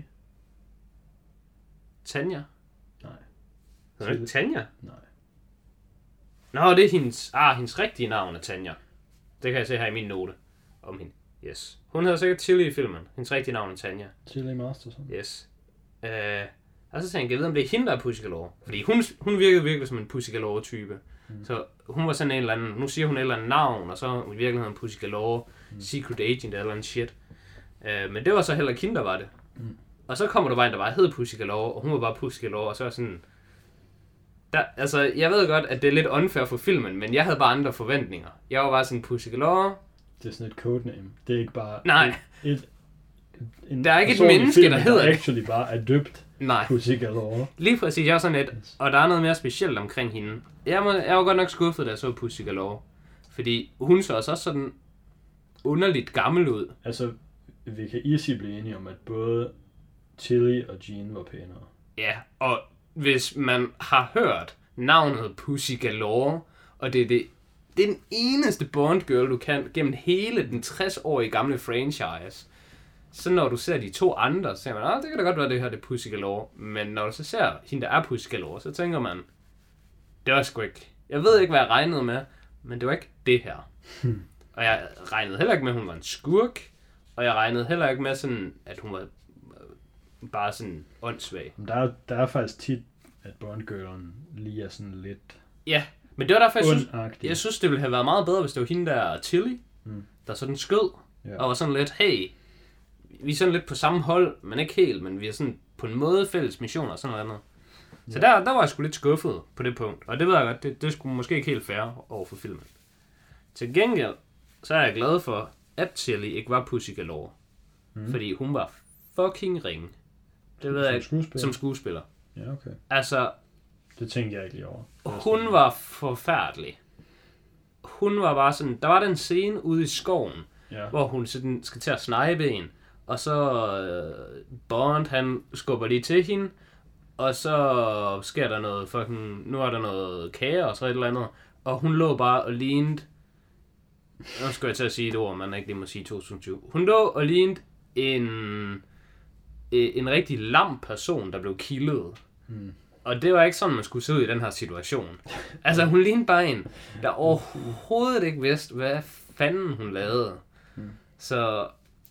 B: Tanja?
A: Nej.
B: Er det ikke Tanja?
A: Nej.
B: Nå, det er hendes rigtige navn er Tanja. Det kan jeg se her i min note om hende. Yes. Hun hedder sikkert Tilly i filmen. Hendes rigtige navn er Tanja.
A: Tilly Masterson.
B: Yes. Og så tænkte jeg ved, om det er hende, der er Pussy Galore. Fordi hun virkede virkelig som en Pussy Galore-type. Så hun var sådan en eller anden, nu siger hun et eller andet navn, og så i virkeligheden Pussy Galore, Secret Agent eller andet shit. Men det var så heller ikke hende, der var det. Og så kommer der bare en, der bare hed Pussy Galore, og hun var bare Pussy Galore, og så er sådan... altså, jeg ved godt, at det er lidt unfair for filmen, men jeg havde bare andre forventninger. Jeg var bare sådan Pussy Galore.
A: Det er sådan et codename. Det er ikke bare...
B: Nej. Der er ikke et menneske,
A: film,
B: der hedder det.
A: Der actually bare er døbt Pussy Galore.
B: Lige præcis, jeg er sådan et, og der er noget mere specielt omkring hende. Jeg var godt nok skuffet, da jeg så Pussy Galore. Fordi hun så også sådan underligt gammel ud.
A: Altså, vi kan easy blive enige om, at både Tilly og Jean var pænere.
B: Ja, og hvis man har hørt navnet Pussy Galore, og det er det det er den eneste Bond-girl, du kan gennem hele den 60-årige gamle franchise. Så når du ser de 2 andre, så siger man, det kan da godt være, det her det er Pussy Galore. Men når du så ser hende, der er Pussy Galore, så tænker man, det var sgu ikke. Jeg ved ikke, hvad jeg regnede med, men det var ikke det her. Og jeg regnede heller ikke med, at hun var en skurk. Og jeg regnede heller ikke med, sådan, at hun var bare sådan åndssvag.
A: Der er faktisk tit, at Bond-girlen lige er sådan lidt...
B: Ja, men det var derfor, jeg synes, det ville have været meget bedre, hvis det var hende der Tilly, der sådan skød, og var sådan lidt, hey, vi er sådan lidt på samme hold, men ikke helt, men vi er sådan på en måde fælles missioner og sådan noget andet. Så der var jeg sgu lidt skuffet på det punkt, og det ved jeg godt, det skulle måske ikke helt fair over for filmen. Til gengæld, så er jeg glad for, at Tilly ikke var Pussy Galore, fordi hun var fucking ringe. Det ved jeg ikke, som skuespiller.
A: Ja, okay.
B: Altså,
A: det tænkte jeg ikke lige over.
B: Hun var forfærdelig. Hun var bare sådan, der var den scene ude i skoven, hvor hun sådan skal til at snipe en, og så Bond, han skubber lige til hende, og så sker der noget fucking, nu er der noget kage og så et eller andet, og hun lå bare og lignede, nu skal jeg til at sige et ord, man ikke lige må sige 2020, hun lå og lignede en rigtig lam person, der blev killet. Og det var ikke sådan, man skulle se ud i den her situation. Altså, hun lignede bare en, der overhovedet ikke vidste, hvad fanden hun lavede. Så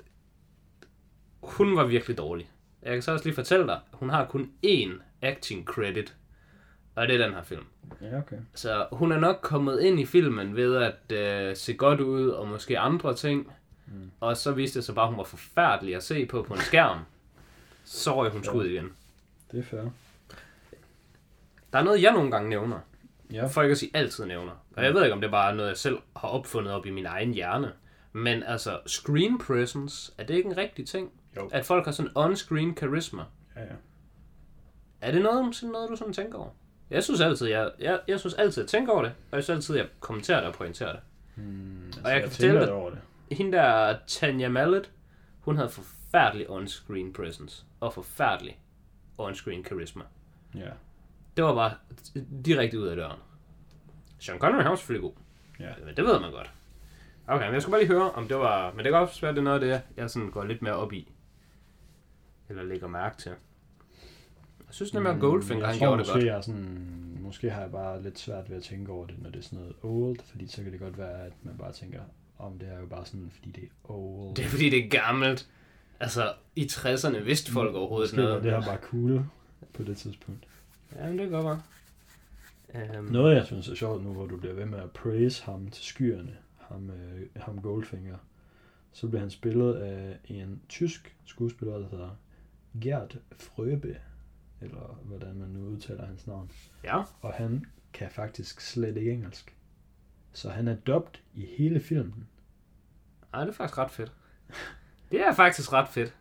B: hun var virkelig dårlig. Jeg kan så også lige fortælle dig, hun har kun én acting credit, og det er den her film.
A: Ja, okay.
B: Så hun er nok kommet ind i filmen ved at se godt ud, og måske andre ting. Og så viste det sig bare, at hun var forfærdelig at se på en skærm. Så røg hun skud igen.
A: Det er fair.
B: Der er noget, jeg nogle gange nævner.
A: Ja.
B: For ikke at sige altid nævner. Og jeg ved ikke, om det er bare noget, jeg selv har opfundet op i min egen hjerne. Men altså, screen presence, er det ikke en rigtig ting?
A: Jo.
B: At folk har sådan on-screen charisma.
A: Ja.
B: Er det noget, du sådan tænker over? Jeg synes altid, jeg tænker over det. Og jeg synes altid, jeg kommenterer det og pointerer det.
A: Altså,
B: og jeg kan fortælle dig,
A: over det.
B: Hende der Tanya Mallet, hun havde forfærdelig on-screen presence. Og forfærdelig on-screen charisma.
A: Ja.
B: Det var bare direkte ud af døren. Sean Connery, han var selvfølgelig god.
A: Ja.
B: Men det ved man godt. Okay, men jeg skulle bare lige høre, om det var... Men det kan også være, det er noget af det, jeg sådan går lidt mere op i. Eller lægger mærke til. Jeg synes nemlig, at Goldfinger, han gjorde det godt.
A: Måske har jeg bare lidt svært ved at tænke over det, når det er sådan noget old. Fordi så kan det godt være, at man bare tænker, om det er jo bare sådan, fordi det er old.
B: Det er fordi, det er gammelt. Altså, i 60'erne vidste folk overhovedet sådan noget.
A: Det her bare cool på det tidspunkt.
B: Jamen, det går bare.
A: Noget, jeg synes er sjovt nu, hvor du bliver ved med at praise ham til skyerne, ham Goldfinger, så bliver han spillet af en tysk skuespiller, der hedder Gert Fröbe, eller hvordan man nu udtaler hans navn.
B: Ja.
A: Og han kan faktisk slet ikke engelsk. Så han er dubbed i hele filmen.
B: Ej, det er faktisk ret fedt. Det er faktisk ret fedt.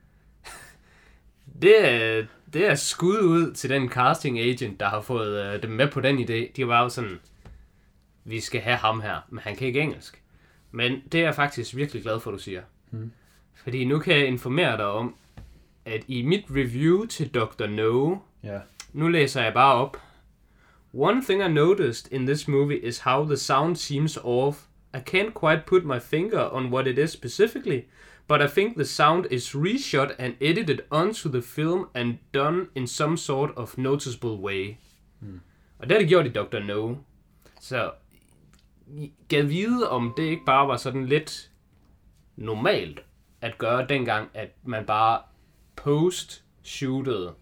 B: Det er skud ud til den casting agent, der har fået dem med på den idé. De var jo sådan, vi skal have ham her, men han kan ikke engelsk. Men det er jeg faktisk virkelig glad for, du siger. Fordi nu kan jeg informere dig om, at i mit review til Dr. No, nu læser jeg bare op. One thing I noticed in this movie is how the sound seems off. I can't quite put my finger on what it is specifically, but I think the sound is reshot and edited onto the film and done in some sort of noticeable way. Og det har de gjort i Dr. No. Så gad vide, om det ikke bare var sådan lidt normalt at gøre dengang, at man bare post-shootede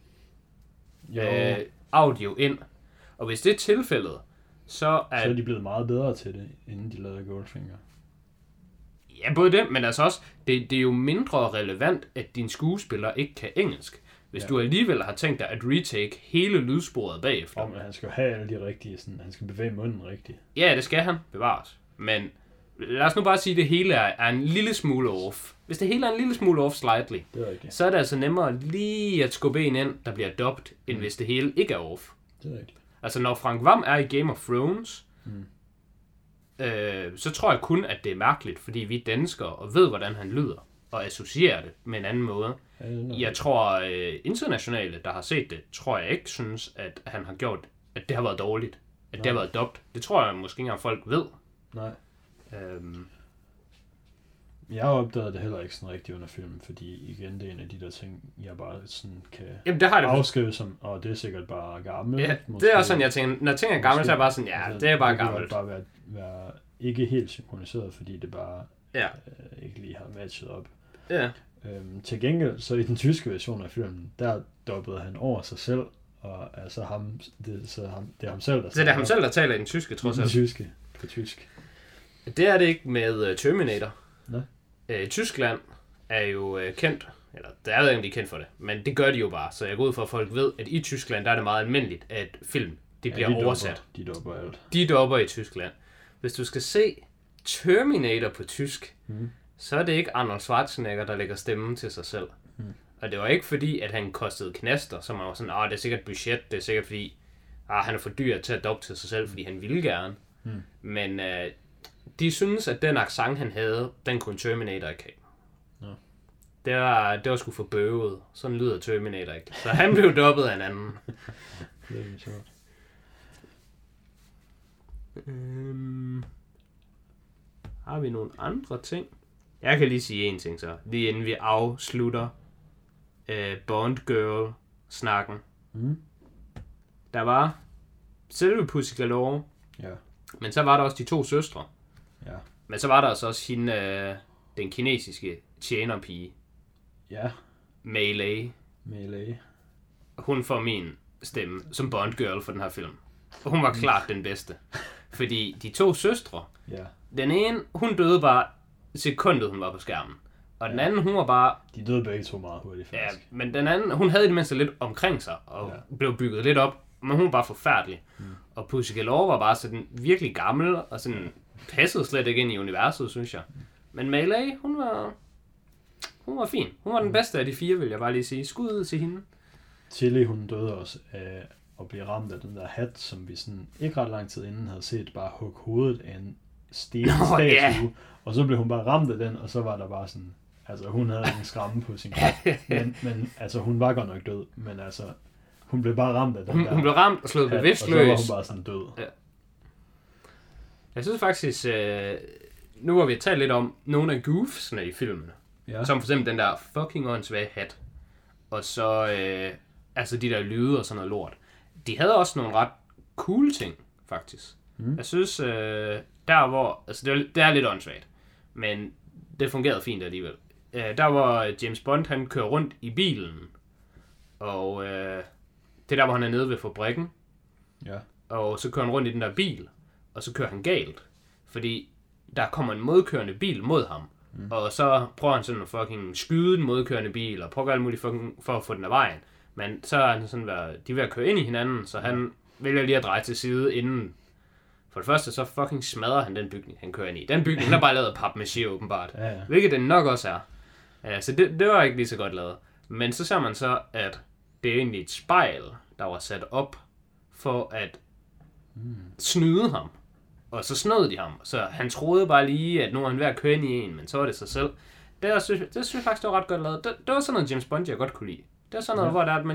B: audio ind. Og hvis det er tilfældet, så
A: er de blevet meget bedre til det, inden de lavede Goldfinger.
B: Ja, både det, men altså også, det er jo mindre relevant, at din skuespiller ikke kan engelsk. Hvis du alligevel har tænkt dig at retake hele lydsporet bagefter.
A: Om han skal have alle de rigtige, sådan, han skal bevæge munden rigtigt.
B: Ja, det skal han bevares. Men lad os nu bare sige, at det hele er en lille smule off. Hvis det hele er en lille smule off slightly, så er det altså nemmere lige at skubbe en ind, der bliver dubbed, end hvis det hele ikke er off.
A: Det er rigtigt.
B: Altså når Frank Hvam er i Game of Thrones, så tror jeg kun, at det er mærkeligt, fordi vi er danskere og ved, hvordan han lyder, og associerer det med en anden måde. Jeg tror, internationale, der har set det, tror jeg ikke synes, at han har gjort, at det har været dårligt. At det har været dubbed. Det tror jeg måske ikke engang folk ved.
A: Nej. Jeg opdagede det heller ikke sådan rigtig under filmen, fordi igen, det er en af de der ting, jeg bare sådan kan afskrive som, og det er sikkert bare gammelt.
B: Ja, det er også sådan, jeg tænker, når ting er gammelt, så er jeg bare sådan, ja, altså, det er bare gammelt.
A: Det kan bare være ikke helt synkroniseret, fordi det bare ikke lige har matchet op.
B: Ja.
A: Til gengæld, så i den tyske version af filmen, der dobbede han over sig selv, og altså det er ham selv, der
B: så det er ham selv, der taler i den tyske, trods alt.
A: Den tyske, på tysk.
B: Det er det ikke med Terminator.
A: Nej.
B: Tyskland er jo kendt, eller der er jo egentlig kendt for det, men det gør de jo bare, så jeg går ud for, at folk ved, at i Tyskland, der er det meget almindeligt, at film, det bliver oversat.
A: De dopper alt.
B: De dopper i Tyskland. Hvis du skal se Terminator på tysk, så er det ikke Arnold Schwarzenegger, der lægger stemmen til sig selv. Og det var ikke fordi, at han kostede knaster, så man var sådan, det er sikkert budget, det er sikkert fordi, han er for dyr til at doppe til sig selv, fordi han ville gerne. Men de synes, at den accent, han havde, den kunne Terminator ikke have. Det var sgu for bøvet. Sådan lyder Terminator ikke. Så han blev dobbet af en anden.
A: Det er sjovt.
B: Har vi nogle andre ting? Jeg kan lige sige en ting så. Lige inden vi afslutter Bond Girl-snakken. Der var selve Pussy Galore.
A: Ja.
B: Men så var der også de 2 søstre.
A: Ja.
B: Men så var der også hende, den kinesiske tjenerpige.
A: Ja.
B: Mei Lei. Hun får min stemme som Bond Girl for den her film. Og hun var klart den bedste. Fordi de 2 søstre, den ene, hun døde bare sekundet, hun var på skærmen. Og den anden, hun var bare...
A: De døde begge 2 meget hurtigt, faktisk.
B: Ja, men den anden, hun havde det mindste lidt omkring sig, og blev bygget lidt op. Men hun var bare forfærdelig. Og Pussy Galore var bare sådan virkelig gammel, og sådan passede slet ikke ind i universet, synes jeg. Men Mei Lei, hun var fin. Hun var den bedste af de 4, vil jeg bare lige sige. Skud ud til hende.
A: Tilly, hun døde også af at blive ramt af den der hat, som vi sådan ikke ret lang tid inden havde set bare hugge hovedet af en statue. Og så blev hun bare ramt af den, og så var der bare sådan... Altså, hun havde en skræmme på sin krop. Men altså, hun var godt nok død. Men altså, hun blev bare ramt af den der...
B: Hun blev ramt og slået bevidstløs.
A: Og så var hun bare sådan død.
B: Ja. Jeg synes faktisk... nu har vi talt lidt om nogle af goofsene i filmen. Ja. Som for eksempel den der fucking åndssvage hat. Og så... altså, de der lyde og sådan noget lort. De havde også nogle ret cool ting, faktisk. Jeg synes... der hvor... Altså, det er lidt åndssvagt. Men det fungerede fint alligevel. Der hvor James Bond, han kører rundt i bilen. Og det der, hvor han er nede ved fabrikken.
A: Ja.
B: Og så kører han rundt i den der bil. Og så kører han galt. Fordi der kommer en modkørende bil mod ham. Og så prøver han sådan at fucking skyde den modkørende bil. Og prøver alt muligt for at få den af vejen. Men så er han sådan de er ved at køre ind i hinanden. Så han vælger lige at dreje til side inden. For det første, så fucking smadrer han den bygning, han kører ind i. Den bygning, der er bare lavet af papmaché, åbenbart. Ja. Hvilket den nok også er. Så det var ikke lige så godt lavet. Men så ser man så, at det er egentlig et spejl, der var sat op for at snyde ham. Og så snød de ham. Så han troede bare lige, at nu er han ved at køre ind i en, men så var det sig selv. Det synes jeg faktisk, det var ret godt lavet. Det var sådan noget James Bond, jeg godt kunne lide. Det er sådan noget, hvor der, at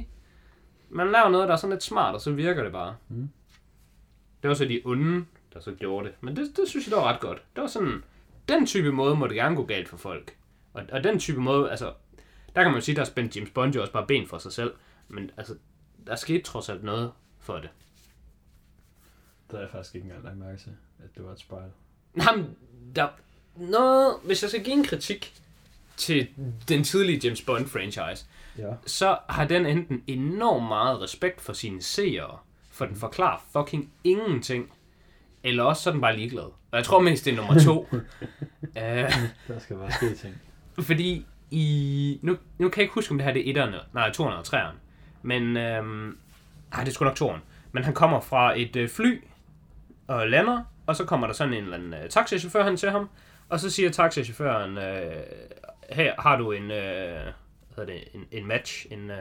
B: man laver noget, der er sådan lidt smart, og så virker det bare. Det var så de onde, der så gjorde det. Men det synes jeg, det var ret godt. Det var sådan, den type måde må det gerne gå galt for folk. Og den type måde, altså, der kan man jo sige, der spændte James Bond jo også bare ben for sig selv. Men altså, der skete trods alt noget for det.
A: Der er jeg faktisk ikke engang lagt mærke til, at det var et spejl.
B: Jamen, der noget, hvis jeg skal give en kritik til den tidlige James Bond franchise, så har den enten enormt meget respekt for sine seere, for den forklarer fucking ingenting, eller også så er den bare ligeglad. Og jeg tror mest, det er nummer 2.
A: Der skal bare ske ting.
B: Fordi nu kan jeg ikke huske, om det her det er 2'erne og 3'erne. Men, det er sgu nok 2'eren. Men han kommer fra et fly og lander, og så kommer der sådan en eller anden taxichauffør hen til ham, og så siger taxichaufføren, her har du en match, en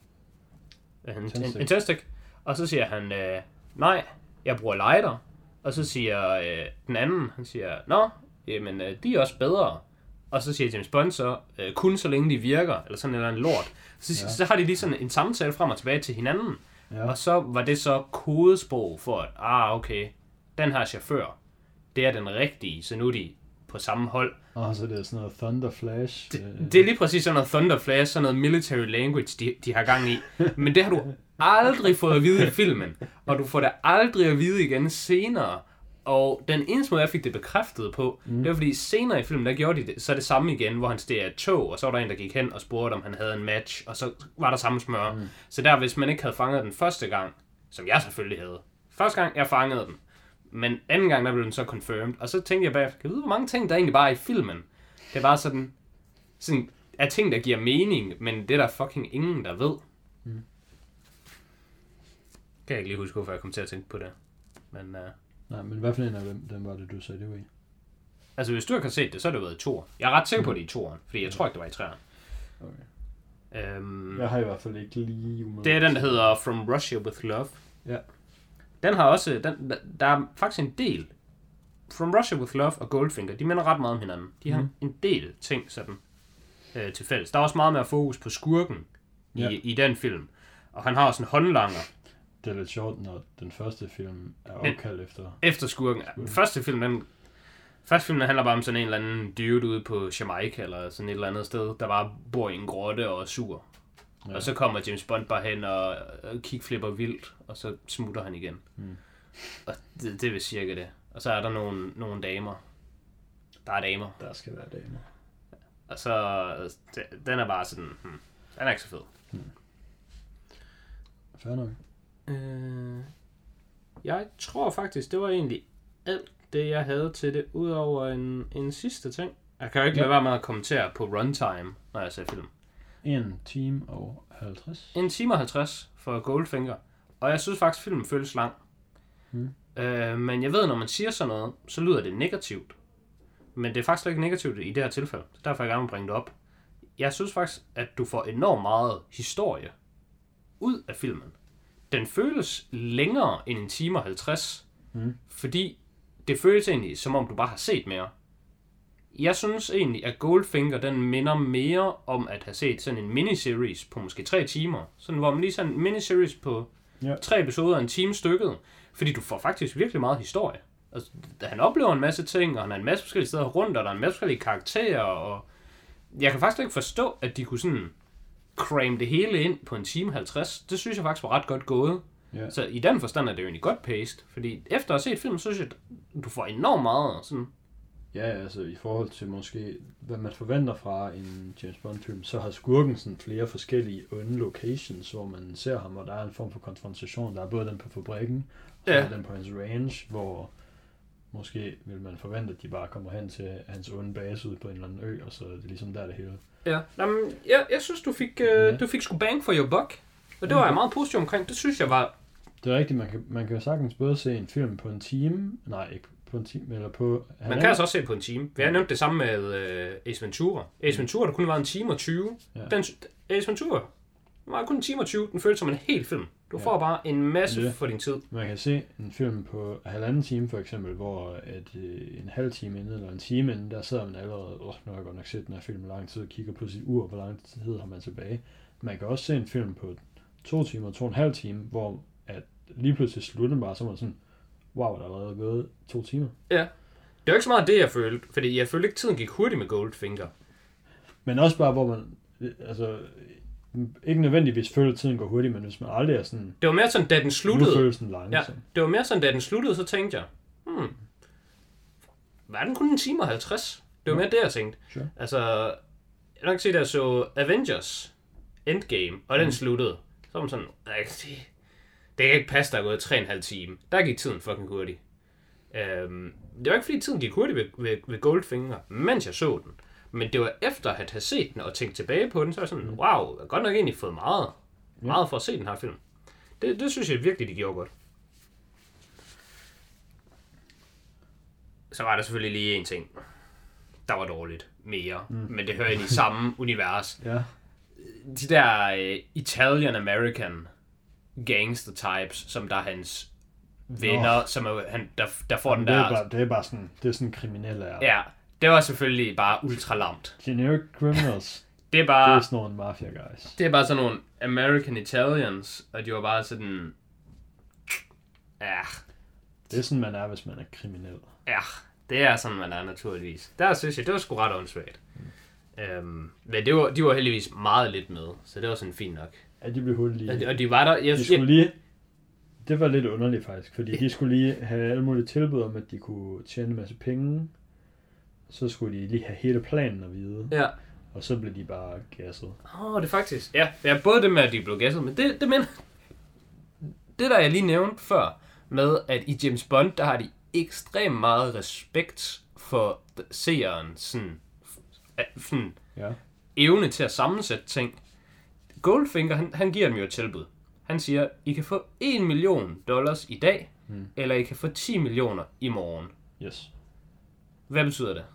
B: tændstik. Og så siger han, nej, jeg bruger lighter. Og så siger den anden, han siger, nå, jamen, de er også bedre. Og så siger James Bond så, kun så længe de virker, eller sådan en eller anden lort. Så har de lige sådan en samtale frem og tilbage til hinanden. Ja. Og så var det så kodesprog for, at, okay, den her chauffør, det er den rigtige, så nu er de på samme hold.
A: Så det er sådan noget Thunder Flash.
B: Det er lige præcis sådan noget Thunder Flash, sådan noget military language, de har gang i. Men det har du aldrig fået at vide i filmen, og du får det aldrig at vide igen senere. Og den eneste måde, jeg fik det bekræftet på, det var fordi senere i filmen, der gjorde de det, så det samme igen, hvor han steg af et tog, og så var der en, der gik hen og spurgte, om han havde en match, og så var der samme smør. Så der, hvis man ikke havde fanget den første gang, som jeg selvfølgelig havde. Første gang, jeg fangede den. Men anden gang, der blev den så confirmed. Og så tænkte jeg bagefter, kan du vide, hvor mange ting, der egentlig bare er i filmen? Det er bare sådan er ting, der giver mening, men det er der fucking ingen, der ved. Kan jeg ikke lige huske, hvorfor jeg kom til at tænke på det. Men,
A: nej, men hvad for en af dem var det, du sagde det var i?
B: Altså, hvis du ikke har set det, så har det været i 2'eren. Jeg er ret sikker på det i 2'eren, fordi jeg tror ikke, det var i 3'eren.
A: Okay. Jeg har i hvert fald ikke lige...
B: Det er den, der hedder From Russia With Love.
A: Ja.
B: Den har også... der er faktisk en del... From Russia With Love og Goldfinger, de minder ret meget om hinanden. De har en del ting sådan til fælles. Der er også meget mere fokus på skurken i den film. Og han har også en håndlanger.
A: Det er lidt sjovt, når den første film er opkaldt
B: efter skurken. Første film handler bare om sådan en eller anden dude ude på Jamaica, eller sådan et eller andet sted, der bare bor i en grotte og er sur. Ja. Og så kommer James Bond bare hen og kickflipper vildt, og så smutter han igen. Og det er vist cirka det. Og så er der nogle damer. Der er damer.
A: Der skal være damer.
B: Og så, den er bare sådan, den er ikke så fed.
A: Fair nok.
B: Jeg tror faktisk, det var egentlig alt det, jeg havde til det, udover en sidste ting. Jeg kan jo ikke lade være med at kommentere på runtime, når jeg ser film.
A: 1 time og 50.
B: 1 time og 50 for Goldfinger. Og jeg synes faktisk, filmen føles lang. Men jeg ved, når man siger sådan noget, så lyder det negativt. Men det er faktisk ikke negativt i det her tilfælde. Så derfor jeg gerne vil bringe det op. Jeg synes faktisk, at du får enormt meget historie ud af filmen. Den føles længere end 1 time og 50. Fordi det føles egentlig, som om du bare har set mere. Jeg synes egentlig, at Goldfinger, den minder mere om at have set sådan en miniseries på måske 3 timer. Sådan, hvor man lige sådan en miniseries på 3 episoder af 1 time stykket. Fordi du får faktisk virkelig meget historie. Altså, han oplever en masse ting, og han er en masse forskellige steder rundt, og der er en masse forskellige karakterer, og jeg kan faktisk ikke forstå, at de kunne sådan cram det hele ind på 1 time 50. Det synes jeg faktisk var ret godt gået. Yeah. Så i den forstand er det jo egentlig godt paced, fordi efter at have set filmen, så synes jeg, at du får enormt meget sådan.
A: Ja, altså i forhold til måske, hvad man forventer fra en James Bond-film, så har skurken sådan flere forskellige onde locations, hvor man ser ham, og der er en form for konfrontation. Der er både den på fabrikken, og den på hans range, hvor måske vil man forvente, at de bare kommer hen til hans onde base ude på en eller anden ø, og så er det ligesom der det hele.
B: Ja, jamen, jeg synes, du fik sgu bang for your buck, og det var jeg meget positiv omkring. Det synes jeg var...
A: Det er rigtigt, man kan jo sagtens både se en film på en time, nej, ikke på en time, eller på...
B: Man kan altså også se på en time. Vi har nævnt det samme med Ace Ventura. Ace Ventura, der kun var 1 time og 20. Ja. Ace Ventura var kun 1 time og 20. Den føltes som en hel film. Du får bare en masse for din tid.
A: Man kan se en film på 1,5 time for eksempel, hvor en halv time inden, eller en time inden, der sidder man allerede, nu har jeg godt nok set den her film lang tid, og kigger på sit ur, hvor lang tid har man tilbage. Man kan også se en film på 2 timer og 2,5 time, hvor at lige pludselig slutter bare, så man sådan, wow, der er allerede gået 2 timer.
B: Ja, det var ikke så meget det, jeg følte, fordi jeg følte ikke, tiden gik hurtigt med Goldfinger.
A: Men også bare, hvor man, altså, ikke nødvendigvis føler, at tiden går hurtigt, men hvis man aldrig er sådan...
B: Det var mere sådan, da den sluttede...
A: Nu føles den langsom.
B: Ja, det var mere sådan, da den sluttede, så tænkte jeg, var den kun 1 time og 50? Det var mere det, jeg tænkte.
A: Sure.
B: Altså, jeg kan se, der så Avengers Endgame, og den sluttede. Så var man sådan, det kan ikke passe, der er gået 3,5 time. Der gik tiden fucking hurtigt. Det var ikke fordi tiden gik hurtigt ved Goldfinger, mens jeg så den. Men det var efter at have set den og tænkt tilbage på den, så var jeg sådan, wow, jeg har godt nok egentlig fået meget for at se den her film. Det synes jeg virkelig, de gjorde godt. Så var der selvfølgelig lige en ting, der var dårligt mere, men det hører ind i samme univers.
A: Ja.
B: De der Italian-American gangster types, som der er hans venner, som er, der får den der...
A: Det er bare sådan, det er sådan kriminelle er.
B: Ja, det var selvfølgelig bare ultra lamt.
A: Generic criminals.
B: Det er bare...
A: Det er sådan nogle mafia guys.
B: Det er bare sådan nogle American Italians, og de var bare sådan... Ja,
A: Det er sådan, man er, hvis man er kriminel.
B: Ja, det er sådan, man er naturligvis. Der synes jeg, det var sgu ret åndssvagt. Men de var heldigvis meget lidt med, så det var sådan fint nok.
A: Ja, de blev hurtigt lige.
B: Og de var der...
A: De skulle lige... Det var lidt underligt faktisk, fordi de skulle lige have alle mulige tilbud om, at de kunne tjene en masse penge. Så skulle de lige have hele planen at vide.
B: Ja.
A: Og så blev de bare gasset.
B: Det er faktisk... Ja, både det med, at de blev gasset, men det der jeg lige nævnte før, med at i James Bond, der har de ekstremt meget respekt for seeren, sådan evne til at sammensætte ting. Goldfinger, han giver dem jo et tilbud. Han siger, I kan få $1 million i dag, eller I kan få 10 millioner i morgen.
A: Yes.
B: Hvad betyder det?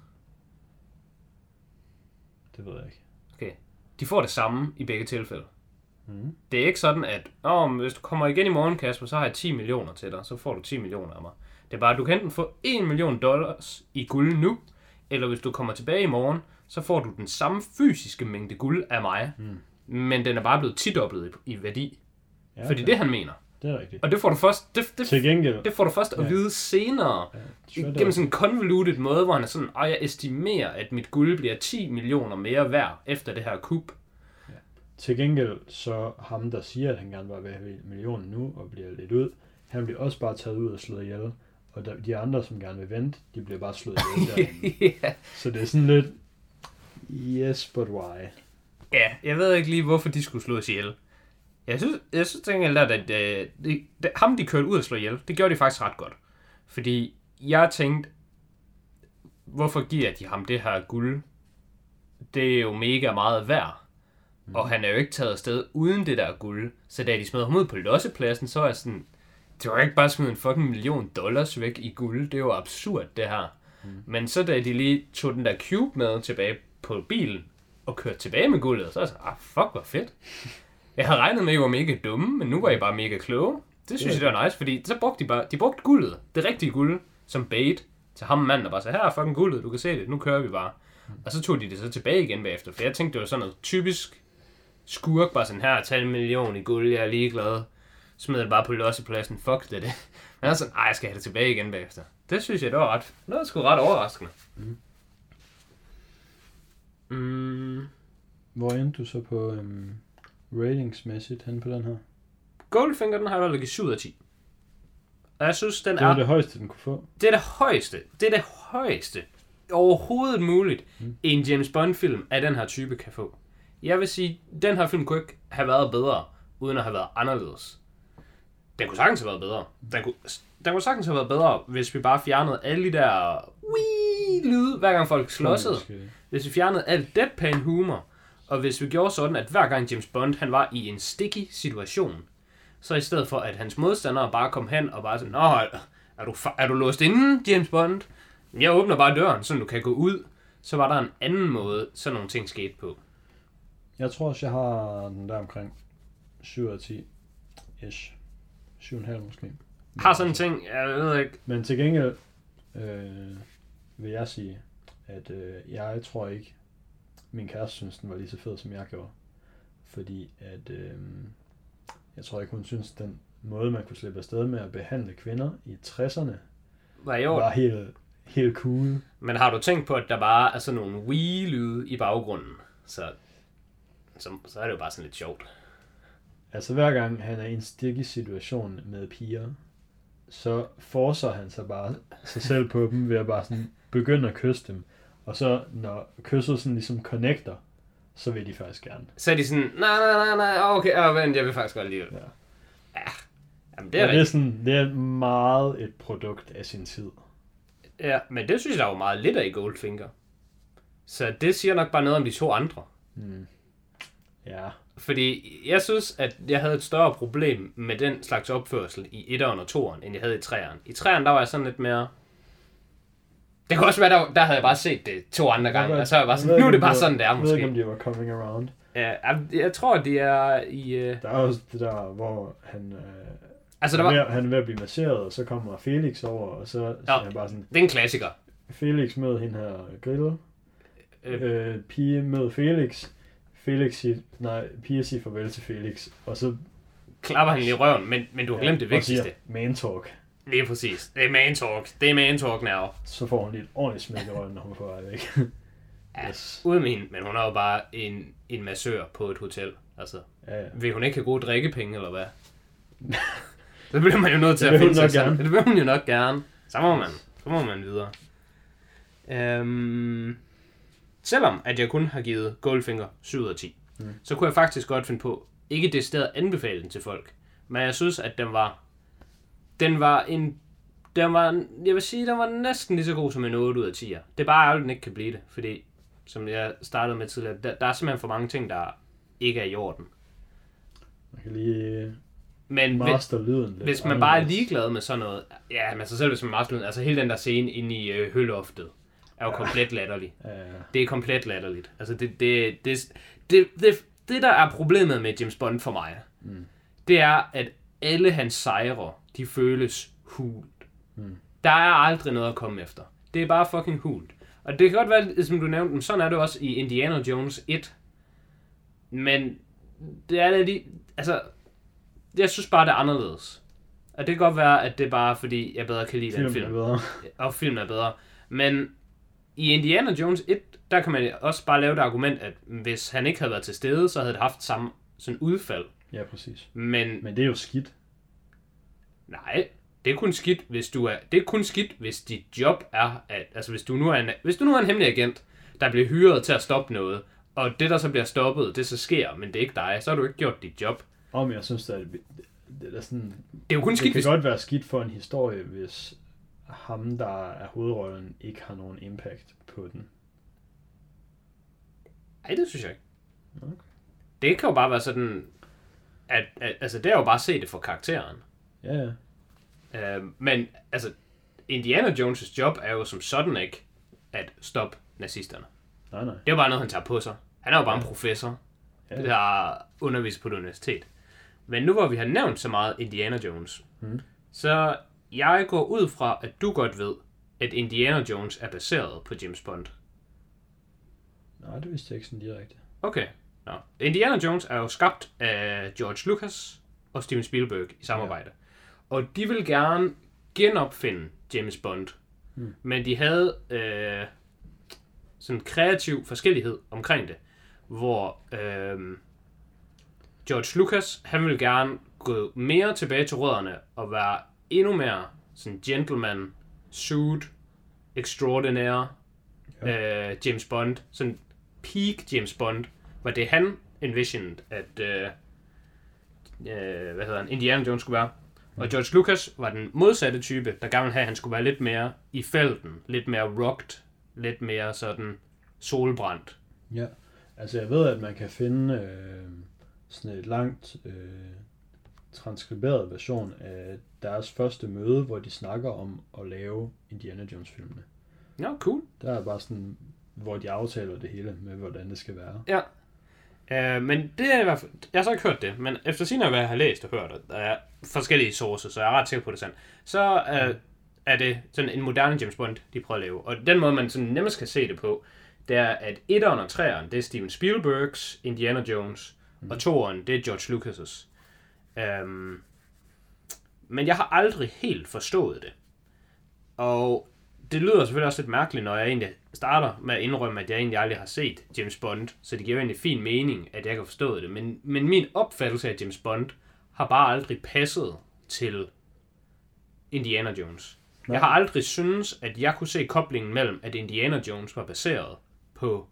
A: Det ved jeg ikke.
B: Okay. De får det samme i begge tilfælde. Det er ikke sådan, at hvis du kommer igen i morgen, Kasper, så har jeg 10 millioner til dig, så får du 10 millioner af mig. Det er bare, at du kan enten få $1 million i guld nu, eller hvis du kommer tilbage i morgen, så får du den samme fysiske mængde guld af mig, men den er bare blevet 10-doblet i værdi. Ja, fordi det han mener.
A: Det er rigtigt.
B: Og det får du først,
A: til gengæld.
B: Det får du først at vide senere, gennem sådan en convoluted måde, hvor han er sådan, jeg estimerer, at mit guld bliver 10 millioner mere værd efter det her kup.
A: Ja. Til gengæld, så ham, der siger, at han gerne vil have $1 million nu, og bliver lidt ud, han bliver også bare taget ud og slået ihjel. Og de andre, som gerne vil vente, de bliver bare slået ihjel derinde. Så det er sådan lidt, yes, but why?
B: Ja, jeg ved ikke lige, hvorfor de skulle slås ihjel. Jeg synes tænker at ham, de kørte ud og slå ihjel, det gjorde de faktisk ret godt. Fordi jeg tænkte, hvorfor giver de ham det her guld? Det er jo mega meget værd. Og han er jo ikke taget afsted uden det der guld. Så da de smed ham ud på lossepladsen, så er jeg sådan, det var ikke bare smidt en fucking $1 million væk i guld. Det er jo absurd, det her. Men så da de lige tog den der cube med tilbage på bilen, og kørte tilbage med guldet, så er jeg sådan, fuck, hvor fedt. Jeg havde regnet med, at I var mega dumme, men nu var I bare mega kloge. Det synes jeg, det var nice, fordi så brugte de brugte guldet, det rigtige guld, som bait til ham mand, der bare sagde, her er fucking guldet, du kan se det, nu kører vi bare. Og så tog de det så tilbage igen bagefter, for jeg tænkte, det var sådan noget typisk skurk, bare sådan her, tag $1 million i guld, jeg er ligeglad. Smed det bare på lossepladsen, fuck det. Men jeg sådan, jeg skal have det tilbage igen bagefter. Det synes jeg, det var sgu ret overraskende.
A: Hvor endte du så på ratingsmæssigt hen på den her?
B: Goldfinger, den har jeg valgt at give 7 ud af 10. Og jeg synes, den
A: det er det højeste, den kunne få.
B: Det er det højeste overhovedet muligt, en James Bond-film af den her type kan få. Jeg vil sige, den her film kunne ikke have været bedre, uden at have været anderledes. Den kunne sagtens have været bedre. Den kunne sagtens have været bedre, hvis vi bare fjernede alle de der lyde, hver gang folk slåssede. Hvis vi fjernede alt deadpan humor, og hvis vi gjorde sådan, at hver gang James Bond han var i en sticky situation, så i stedet for, at hans modstandere bare kom hen og bare sådan, er du låst inde, James Bond? Jeg åbner bare døren, så du kan gå ud. Så var der en anden måde, så nogle ting skete på.
A: Jeg tror også, jeg har den der omkring 7 af 10 ish. 7,5 måske.
B: Har sådan en ting, jeg ved ikke.
A: Men til gengæld vil jeg sige, at jeg tror ikke, min kæreste synes, den var lige så fed, som jeg gjorde. Fordi at jeg tror ikke, hun synes, den måde, man kunne slippe afsted med at behandle kvinder i 60'erne, var helt cool.
B: Men har du tænkt på, at der bare er sådan nogle wee-lyde i baggrunden? Så er det jo bare sådan lidt sjovt.
A: Altså hver gang han er i en sticky situation med piger, så forser han sig bare sig selv på dem ved at bare sådan begynde at kysse dem. Og så når kysset sådan ligesom connecter, så vil de faktisk gerne.
B: Så er de sådan, nej, okay, vent, jeg vil faktisk godt lide det. Ja. Jamen, det
A: er meget et produkt af sin tid.
B: Ja, men det synes jeg, der var meget lidt af i Goldfinger. Så det siger nok bare noget om de to andre.
A: Ja.
B: Fordi jeg synes, at jeg havde et større problem med den slags opførsel i 1'eren og 2'eren, end jeg havde i 3'eren. I 3'eren, der var jeg sådan lidt mere... Det kunne også være, der havde jeg bare set det 2 andre gange, og så er jeg bare sådan, nu er det bare sådan, det er måske.
A: Jeg ved ikke, om de var coming around.
B: Ja, jeg tror, de er i...
A: Der er også det der, hvor han... han er ved at blive masseret, og så kommer Felix over, og så siger han bare sådan...
B: Det er en klassiker.
A: Felix møder hende her Grille. Pige møder Felix. Pige siger farvel til Felix, og så...
B: Klapper han i røven, men du har glemt det vigtigste.
A: Man talk.
B: Lige præcis. Det er man talk. Det er man talk now.
A: Så får hun lige et ordentligt smæk i røven, når hun er på vej væk.
B: Yes. Uden med hende, men hun er jo bare en massør på et hotel. Altså, vil hun ikke have gode drikkepenge, eller hvad? Så bliver man jo nødt til at finde sig sammen. Det vil hun jo nok gerne. Så må man videre. Selvom at jeg kun har givet Goldfinger 7 ud af 10, så kunne jeg faktisk godt finde på, ikke det sted at anbefale den til folk, men jeg synes, at den var jeg vil sige, den var næsten lige så god som en 8 ud af 10'er. Det er bare ærgerligt, den ikke kan blive det, fordi, som jeg startede med tidligere, der er simpelthen for mange ting, der ikke er i orden.
A: Man kan lige
B: men
A: master lyden lidt.
B: Hvis man bare er ligeglad med sådan noget, ja, men så selv hvis man master lyden, altså hele den der scene inde i høloftet, er jo komplet latterlig. Ja. Det er komplet latterligt. Altså det der er problemet med James Bond for mig, det er, at alle hans sejre, de føles hult. Der er aldrig noget at komme efter. Det er bare fucking hult. Og det kan godt være, som du nævnte, sådan er det også i Indiana Jones 1. Men det er lige, altså, jeg synes bare, det er anderledes. Og det kan godt være, at det er bare fordi, jeg bedre kan lide den film. Og filmen er bedre. Men i Indiana Jones 1, der kan man også bare lave det argument, at hvis han ikke havde været til stede, så havde det haft samme sådan udfald.
A: Ja, præcis.
B: Men
A: det er jo skidt.
B: Nej, det er kun skidt, hvis dit job er, at, altså hvis du nu er en hemmelig agent, der bliver hyret til at stoppe noget, og det der så bliver stoppet, det så sker, men det er ikke dig, så har du ikke gjort dit job.
A: Men jeg synes, det er sådan...
B: Det er jo kun skidt,
A: det kan godt være skidt for en historie, hvis ham, der er hovedrollen, ikke har nogen impact på den.
B: Nej, det synes jeg ikke.
A: Okay.
B: Det kan jo bare være sådan, at altså det er jo bare at se det for karakteren.
A: Ja.
B: Men altså, Indiana Jones' job er jo som sådan ikke at stoppe nazisterne.
A: Nej.
B: Det er jo bare noget, han tager på sig. Han er jo bare en professor, der har undervist på et universitet. Men nu hvor vi har nævnt så meget Indiana Jones, så jeg går ud fra, at du godt ved, at Indiana Jones er baseret på James Bond.
A: Nej, det vidste jeg ikke sådan direkte.
B: Okay. Nå. Indiana Jones er jo skabt af George Lucas og Steven Spielberg i samarbejde. Ja. Og de vil gerne genopfinde James Bond. Men de havde sådan en kreativ forskellighed omkring det. Hvor George Lucas, han vil gerne gå mere tilbage til rødderne og være endnu mere sådan gentleman, suit, extraordinary James Bond. Sådan peak James Bond, var det han envisioned, at Indiana Jones skulle være. Og George Lucas var den modsatte type, der gerne ville have, at han skulle være lidt mere i felten, lidt mere rocked, lidt mere sådan solbrændt.
A: Ja, altså jeg ved, at man kan finde sådan et langt transkriberet version af deres første møde, hvor de snakker om at lave Indiana Jones-filmene.
B: Ja, cool.
A: Der er bare sådan, hvor de aftaler det hele med, hvordan det skal være.
B: Ja. Men det er i hvert fald, jeg har så ikke hørt det, men efter siden af hvad jeg har læst og hørt, og der er forskellige sourcer, så jeg er ret sikker på det sandt, så er det sådan en moderne James Bond, de prøver at lave. Og den måde, man sådan nemmest kan se det på, det er, at 1'eren og 3'eren, det er Steven Spielbergs Indiana Jones, og 2'eren, det er George Lucas'. Men jeg har aldrig helt forstået det. Og det lyder selvfølgelig også lidt mærkeligt, når jeg egentlig starter med at indrømme, at jeg egentlig aldrig har set James Bond, så det giver egentlig fin mening, at jeg kan forstå det. Men min opfattelse af James Bond har bare aldrig passet til Indiana Jones. Nej. Jeg har aldrig syntes, at jeg kunne se koblingen mellem, at Indiana Jones var baseret på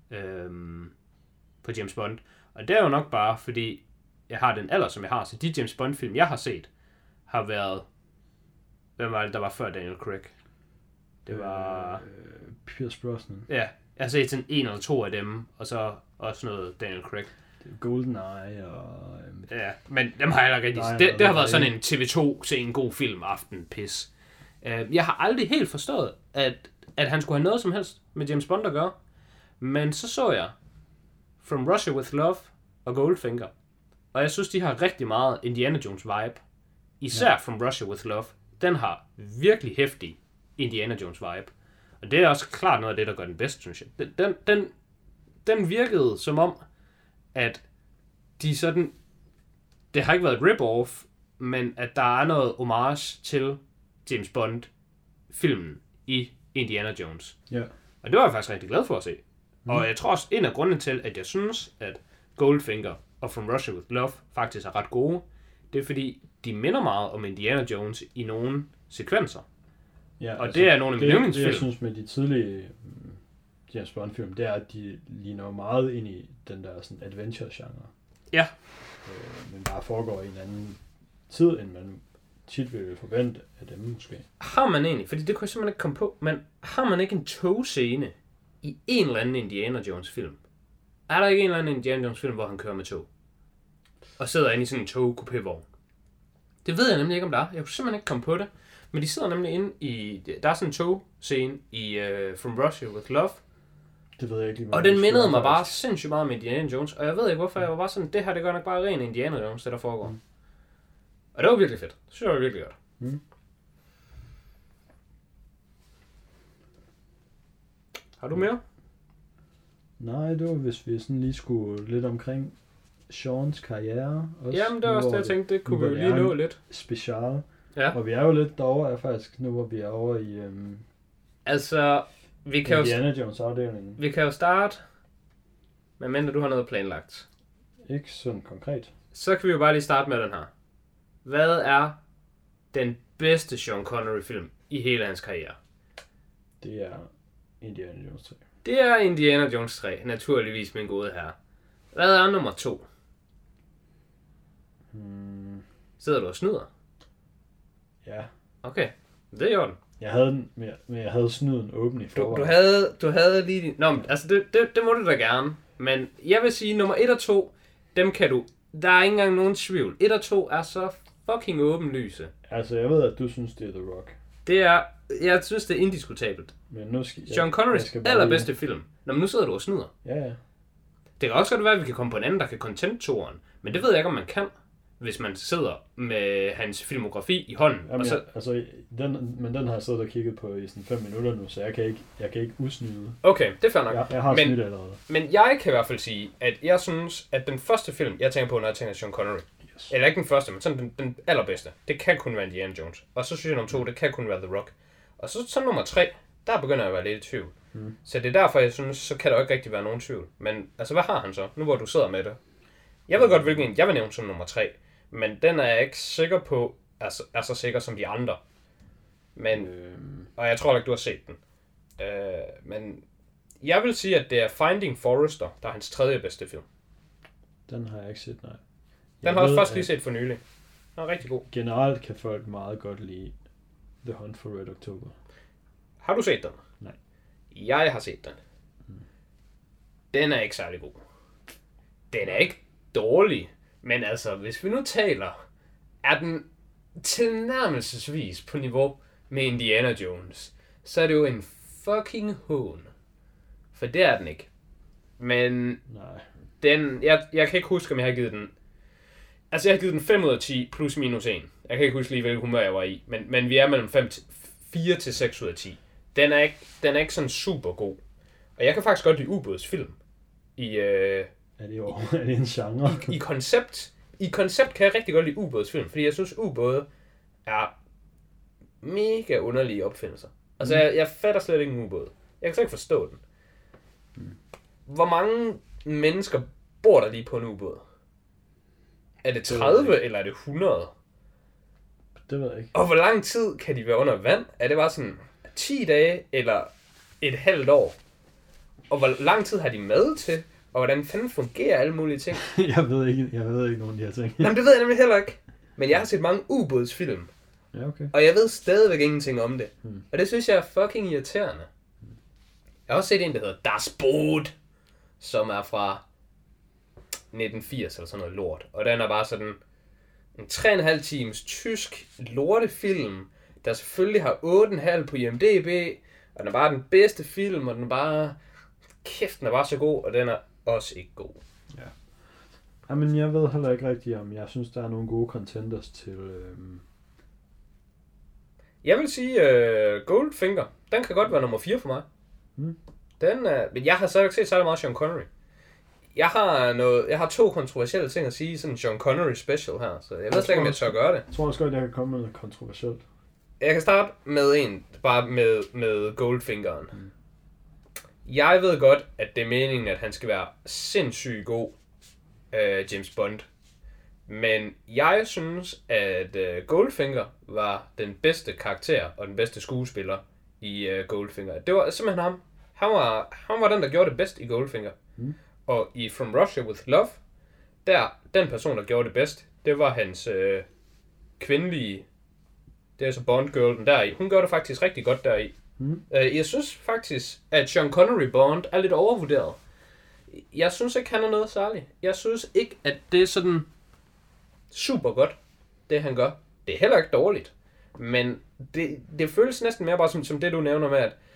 B: James Bond. Og det er jo nok bare, fordi jeg har den alder, som jeg har. Så de James Bond-film, jeg har set, har været... Hvem var det, der var før Daniel Craig? Det var...
A: Pierce Brosnan.
B: Ja, jeg har set sådan 1 eller 2 af dem, og så også noget Daniel Craig.
A: GoldenEye og...
B: Ja, men dem har jeg ikke rigtig... Det har været sådan en TV2 se en god film aften pis. Jeg har aldrig helt forstået, at han skulle have noget som helst med James Bond at gøre. Men så jeg From Russia With Love og Goldfinger. Og jeg synes, de har rigtig meget Indiana Jones vibe. Især From Russia With Love. Den har virkelig heftig Indiana Jones vibe. Og det er også klart noget af det, der gør den bedst, synes jeg. Den virkede som om, at de sådan... Det har ikke været et rip-off, men at der er noget homage til James Bond-filmen i Indiana Jones.
A: Ja.
B: Og det var jeg faktisk rigtig glad for at se. Og jeg tror også, en af grundene til, at jeg synes, at Goldfinger og From Russia With Love faktisk er ret gode, det er fordi, de minder meget om Indiana Jones i nogle sekvenser.
A: Ja,
B: og det er nogle af mine yndlingsfilm.
A: Det, jeg synes med de tidlige James Bond-film, det er, at de ligner meget ind i den der sådan adventure-genre.
B: Ja.
A: Men bare foregår i en anden tid, end man tit vil forvente af dem måske.
B: Har man egentlig, fordi det kunne jeg simpelthen ikke komme på, men har man ikke en togscene i en eller anden Indiana Jones-film? Er der ikke en eller anden Indiana Jones-film, hvor han kører med tog? Og sidder inde i sådan en tog-kupévogn? Det ved jeg nemlig ikke, om der er. Jeg kunne simpelthen ikke komme på det. Men de sidder nemlig inde i... Der er sådan en togscene i From Russia With Love.
A: Det ved jeg ikke lige.
B: Og den mindede mig bare sindssygt meget om Indiana Jones. Og jeg ved ikke, hvorfor jeg var bare sådan, det her, det gør nok bare ren Indiana Jones, det der foregår. Mm. Og det var virkelig fedt. Det synes jeg var virkelig godt.
A: Mm.
B: Har du mere?
A: Nej, det var hvis vi sådan lige skulle lidt omkring Seans karriere. Også.
B: Jamen, det var også det, jeg tænkte, det kunne vi jo lige nå lidt.
A: Special.
B: Ja.
A: Og vi er jo lidt derovre, er faktisk nu, hvor vi er over i
B: altså, vi kan
A: Indiana Jones afdelingen.
B: Vi kan jo starte, medmindre du har noget planlagt.
A: Ikke sådan konkret.
B: Så kan vi jo bare lige starte med den her. Hvad er den bedste Sean Connery-film i hele hans karriere?
A: Det er Indiana Jones 3.
B: Det er Indiana Jones 3, naturligvis, min gode herre. Hvad er nummer 2? Sidder du og snyder?
A: Ja.
B: Okay, det er i orden.
A: Jeg havde den, men jeg havde snyden åben i
B: forvejen. Du havde lige din... Nå, men, altså det må du da gerne. Men jeg vil sige, nummer 1 og 2, dem kan du... Der er ikke engang nogen tvivl. 1 og 2 er så fucking åbenlyse.
A: Altså, jeg ved, at du synes, det er The Rock.
B: Det er... Jeg synes, det er indiskutabelt.
A: Men nu skal
B: Sean Connerys allerbedste film. Nå, men nu sidder du og snyder.
A: Ja.
B: Det kan også godt være, at vi kan komme på en anden, der kan content-toren. Men det ved jeg ikke, om man kan, hvis man sidder med hans filmografi i hånden.
A: Jamen,
B: og så...
A: men den har jeg siddet og kigget på i sådan 5 minutter nu, så jeg kan ikke usnyde.
B: Okay, det er fair nok.
A: Jeg har snydt allerede.
B: Men jeg kan i hvert fald sige, at jeg synes, at den første film, jeg tænker på, når jeg tænker Sean Connery, eller ikke den første, men sådan den allerbedste, det kan kun være Indiana Jones. Og så synes jeg, nummer 2, det kan kun være The Rock. Og så nummer 3, der begynder jeg at være lidt i tvivl. Så det er derfor, jeg synes, så kan der jo ikke rigtig være nogen tvivl. Men altså, hvad har han så, nu hvor du sidder med det? Jeg ved godt, hvilken jeg vil nævne som nummer 3. Men den er jeg ikke sikker på, er så sikker som de andre. Men, og jeg tror ikke, du har set den. Men jeg vil sige, at det er Finding Forrester, der er hans 3. bedste film.
A: Den har jeg ikke set, nej.
B: Den har jeg også først lige set for nylig. Den er rigtig god.
A: Generelt kan folk meget godt lide The Hunt for Red October.
B: Har du set den?
A: Nej.
B: Jeg har set den. Den er ikke særlig god. Den er ikke dårlig. Men altså, hvis vi nu taler, er den tilnærmelsesvis på niveau med Indiana Jones, så er det jo en fucking hån. For det er den ikke. Men den, jeg kan ikke huske, om jeg har givet den... Altså, jeg har givet den 5 ud af 10 plus minus 1. Jeg kan ikke huske lige, hvilken humør jeg var i. Men vi er mellem 4 til 6 ud af 10. Den er ikke sådan super god. Og jeg kan faktisk godt lide ubådsfilm.
A: Er det en genre?
B: I koncept kan jeg rigtig godt lide ubådsfilm, fordi jeg synes, ubåde er mega underlige opfindelser. Altså, jeg fatter slet ikke en ubåd. Jeg kan slet ikke forstå den. Hvor mange mennesker bor der lige på en ubåd? Er det 30, eller er det 100?
A: Det ved jeg ikke.
B: Og hvor lang tid kan de være under vand? Er det bare sådan 10 dage, eller et halvt år? Og hvor lang tid har de mad til? Og hvordan fanden fungerer alle mulige ting?
A: jeg ved ikke nogen af de her ting.
B: Jamen, det ved jeg nemlig heller ikke. Men jeg har set mange ubådsfilm.
A: Ja, okay.
B: Og jeg ved stadigvæk ingenting om det. Og det synes jeg er fucking irriterende. Jeg har også set en, der hedder Das Boot, som er fra 1980 eller sådan noget lort. Og den er bare sådan en 3,5 times tysk lortefilm, der selvfølgelig har 8,5 på IMDb. Og den er bare den bedste film, og den er bare... Kæft, den er bare så god, og den er også ikke god.
A: Ja. Jamen, jeg ved heller ikke rigtigt, om jeg synes, der er nogle gode contenders til...
B: Jeg vil sige, Goldfinger, den kan godt være nummer 4 for mig. Den er... Men jeg har så ikke set særlig meget Sean Connery. Jeg har 2 kontroversielle ting at sige, sådan en Sean Connery special her, så jeg ved slet ikke, om jeg tør gøre det.
A: Jeg tror også godt, jeg kan komme med noget kontroversielt.
B: Jeg kan starte med en, bare med Goldfingeren. Jeg ved godt, at det er meningen, at han skal være sindssygt god James Bond. Men jeg synes, at Goldfinger var den bedste karakter og den bedste skuespiller i Goldfinger. Det var simpelthen ham. Han var den, der gjorde det bedst i Goldfinger. Og i From Russia With Love, den person, der gjorde det bedst, det var hans kvindelige, det er så Bond-girlen deri. Hun gør det faktisk rigtig godt deri. Jeg synes faktisk, at Sean Connery Bond er lidt overvurderet. Jeg synes ikke, han er noget særligt. Jeg synes ikke, at det er sådan super godt, det han gør. Det er heller ikke dårligt. Men det føles næsten mere bare som det, du nævner med, at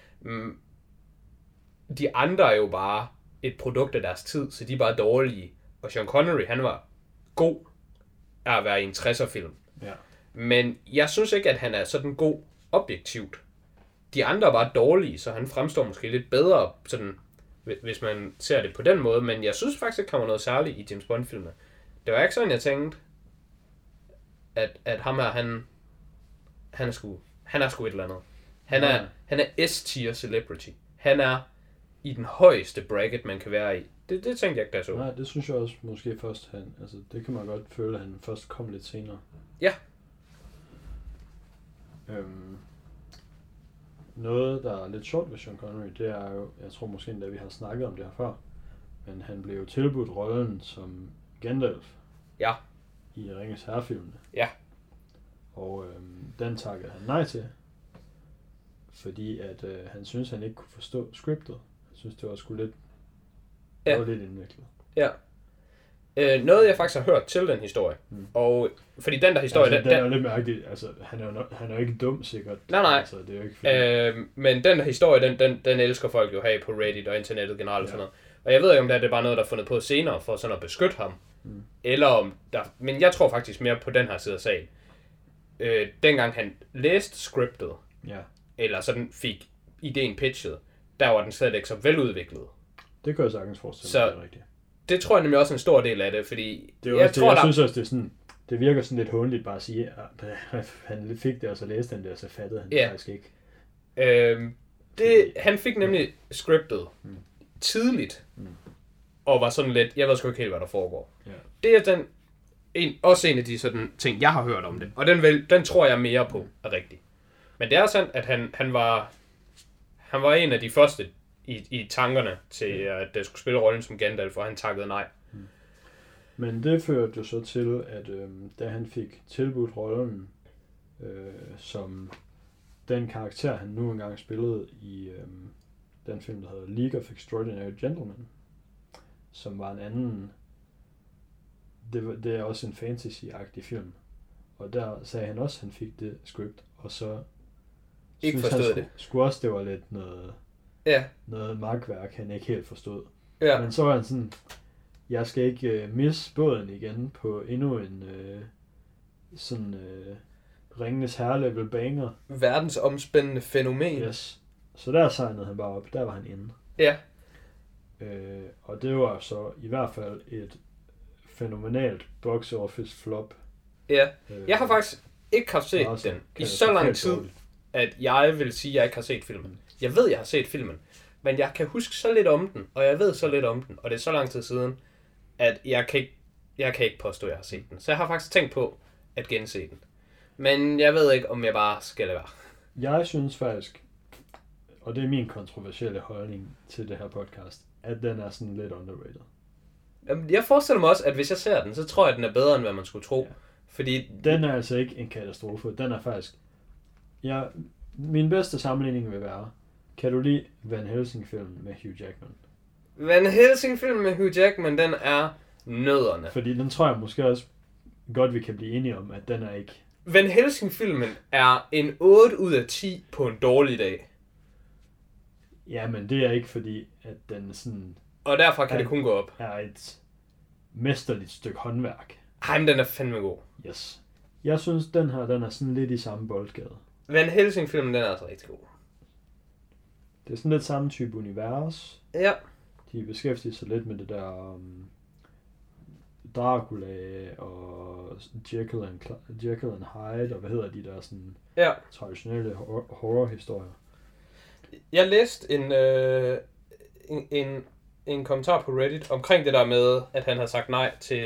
B: de andre er jo bare et produkt af deres tid, så de er bare dårlige. Og Sean Connery, han var god af at være i en 60'er-film.
A: Ja.
B: Men jeg synes ikke, at han er sådan god objektivt. De andre er bare dårlige, så han fremstår måske lidt bedre, sådan, hvis man ser det på den måde. Men jeg synes faktisk ikke, der var noget særligt i James Bond-filmene. Det var ikke sådan, jeg tænkte, at ham her, han er sgu et eller andet. Han er S-tier celebrity. Han er i den højeste bracket, man kan være i. Det tænkte jeg ikke, da jeg så.
A: Nej, det synes jeg også måske først, det kan man godt føle, at han først kom lidt senere.
B: Ja.
A: Noget, der er lidt sjovt ved Sean Connery, det er jo, jeg tror måske endda, vi har snakket om det her før, men han blev jo tilbudt rollen som Gandalf.
B: Ja.
A: I Ringens Herre-filmene.
B: Ja.
A: Og den takkede han nej til, fordi at han synes han ikke kunne forstå scriptet. Han synes det var sgu lidt, lidt indviklet.
B: Ja. Noget jeg faktisk har hørt til den historie. Og fordi den der historie,
A: altså, den er jo lidt mærkelig. Altså han er jo ikke dum sikkert.
B: Nej.
A: Altså, det er jo ikke fordi...
B: men den der historie, den elsker folk jo have på Reddit og internettet generelt og sådan noget. Og jeg ved ikke om det er bare noget der er fundet på senere for sådan at beskytte ham. Eller om der, men jeg tror faktisk mere på den her side af sagen. Dengang han læste scriptet, eller sådan fik ideen pitchet, der var den slet ikke så veludviklet.
A: Det kan jeg sagtens forestille mig, det er rigtigt.
B: Det tror jeg nemlig også er en stor del af det, fordi
A: det er også jeg synes også, det er sådan, det virker sådan lidt håndligt bare at sige, at han fik det, og så læste han det, og så fattede han det faktisk ikke.
B: Han fik nemlig scriptet tidligt, og var sådan lidt, jeg ved sgu ikke helt, hvad der foregår. Ja. Det er også en af de sådan ting, jeg har hørt om det, og den tror jeg mere på er rigtig. Men det er sandt, at han var en af de første i tankerne til, at der skulle spille rollen som Gandalf, og han takkede nej.
A: Men det førte jo så til, at da han fik tilbudt rollen som den karakter, han nu engang spillede i den film, der hedder League of Extraordinary Gentlemen, som var en anden... Det er også en fantasy-agtig film. Og der sagde han også, at han fik det script, og så...
B: Ikke forstod det.
A: Skulle også, det var lidt noget magtværk, han ikke helt forstod.
B: Ja.
A: Men så var han sådan, jeg skal ikke misse båden igen på endnu en Ringenes Herre-level banger.
B: Verdensomspændende fænomen.
A: Yes. Så der signede han bare op, der var han inde.
B: Ja.
A: Og det var så i hvert fald et fænomenalt box office flop.
B: Ja, jeg har faktisk ikke haft set den i så lang tid, at jeg vil sige, at jeg ikke har set filmen. Jeg ved, jeg har set filmen, men jeg kan huske så lidt om den, og jeg ved så lidt om den, og det er så lang tid siden, at jeg kan ikke påstå, at jeg har set den. Så jeg har faktisk tænkt på at gense den. Men jeg ved ikke, om jeg bare skal lade være.
A: Jeg synes faktisk, og det er min kontroversielle holdning til det her podcast, at den er sådan lidt underrated.
B: Jeg forestiller mig også, at hvis jeg ser den, så tror jeg, at den er bedre, end hvad man skulle tro. Ja. Fordi...
A: Den er altså ikke en katastrofe. Den er faktisk... Min bedste sammenligning vil være, kan du lide Van Helsing-filmen med Hugh Jackman?
B: Van Helsing-filmen med Hugh Jackman, den er nødderne.
A: Fordi den tror jeg måske også godt, vi kan blive enige om, at den er ikke...
B: Van Helsing-filmen er en 8 ud af 10 på en dårlig dag.
A: Ja, men det er ikke fordi, at den sådan...
B: Og derfor kan det kun gå op.
A: Er et mesterligt stykke håndværk.
B: Ej, men den er fandme god.
A: Yes. Jeg synes, den er sådan lidt i samme boldgade.
B: Van Helsing-filmen, den er altså rigtig god.
A: Det er sådan lidt samme type univers.
B: Ja.
A: De beskæftiger sig lidt med det der Dracula og Jekyll and Hyde, og hvad hedder de der sådan traditionelle horrorhistorier.
B: Jeg læste en kommentar på Reddit omkring det der med, at han havde sagt nej til,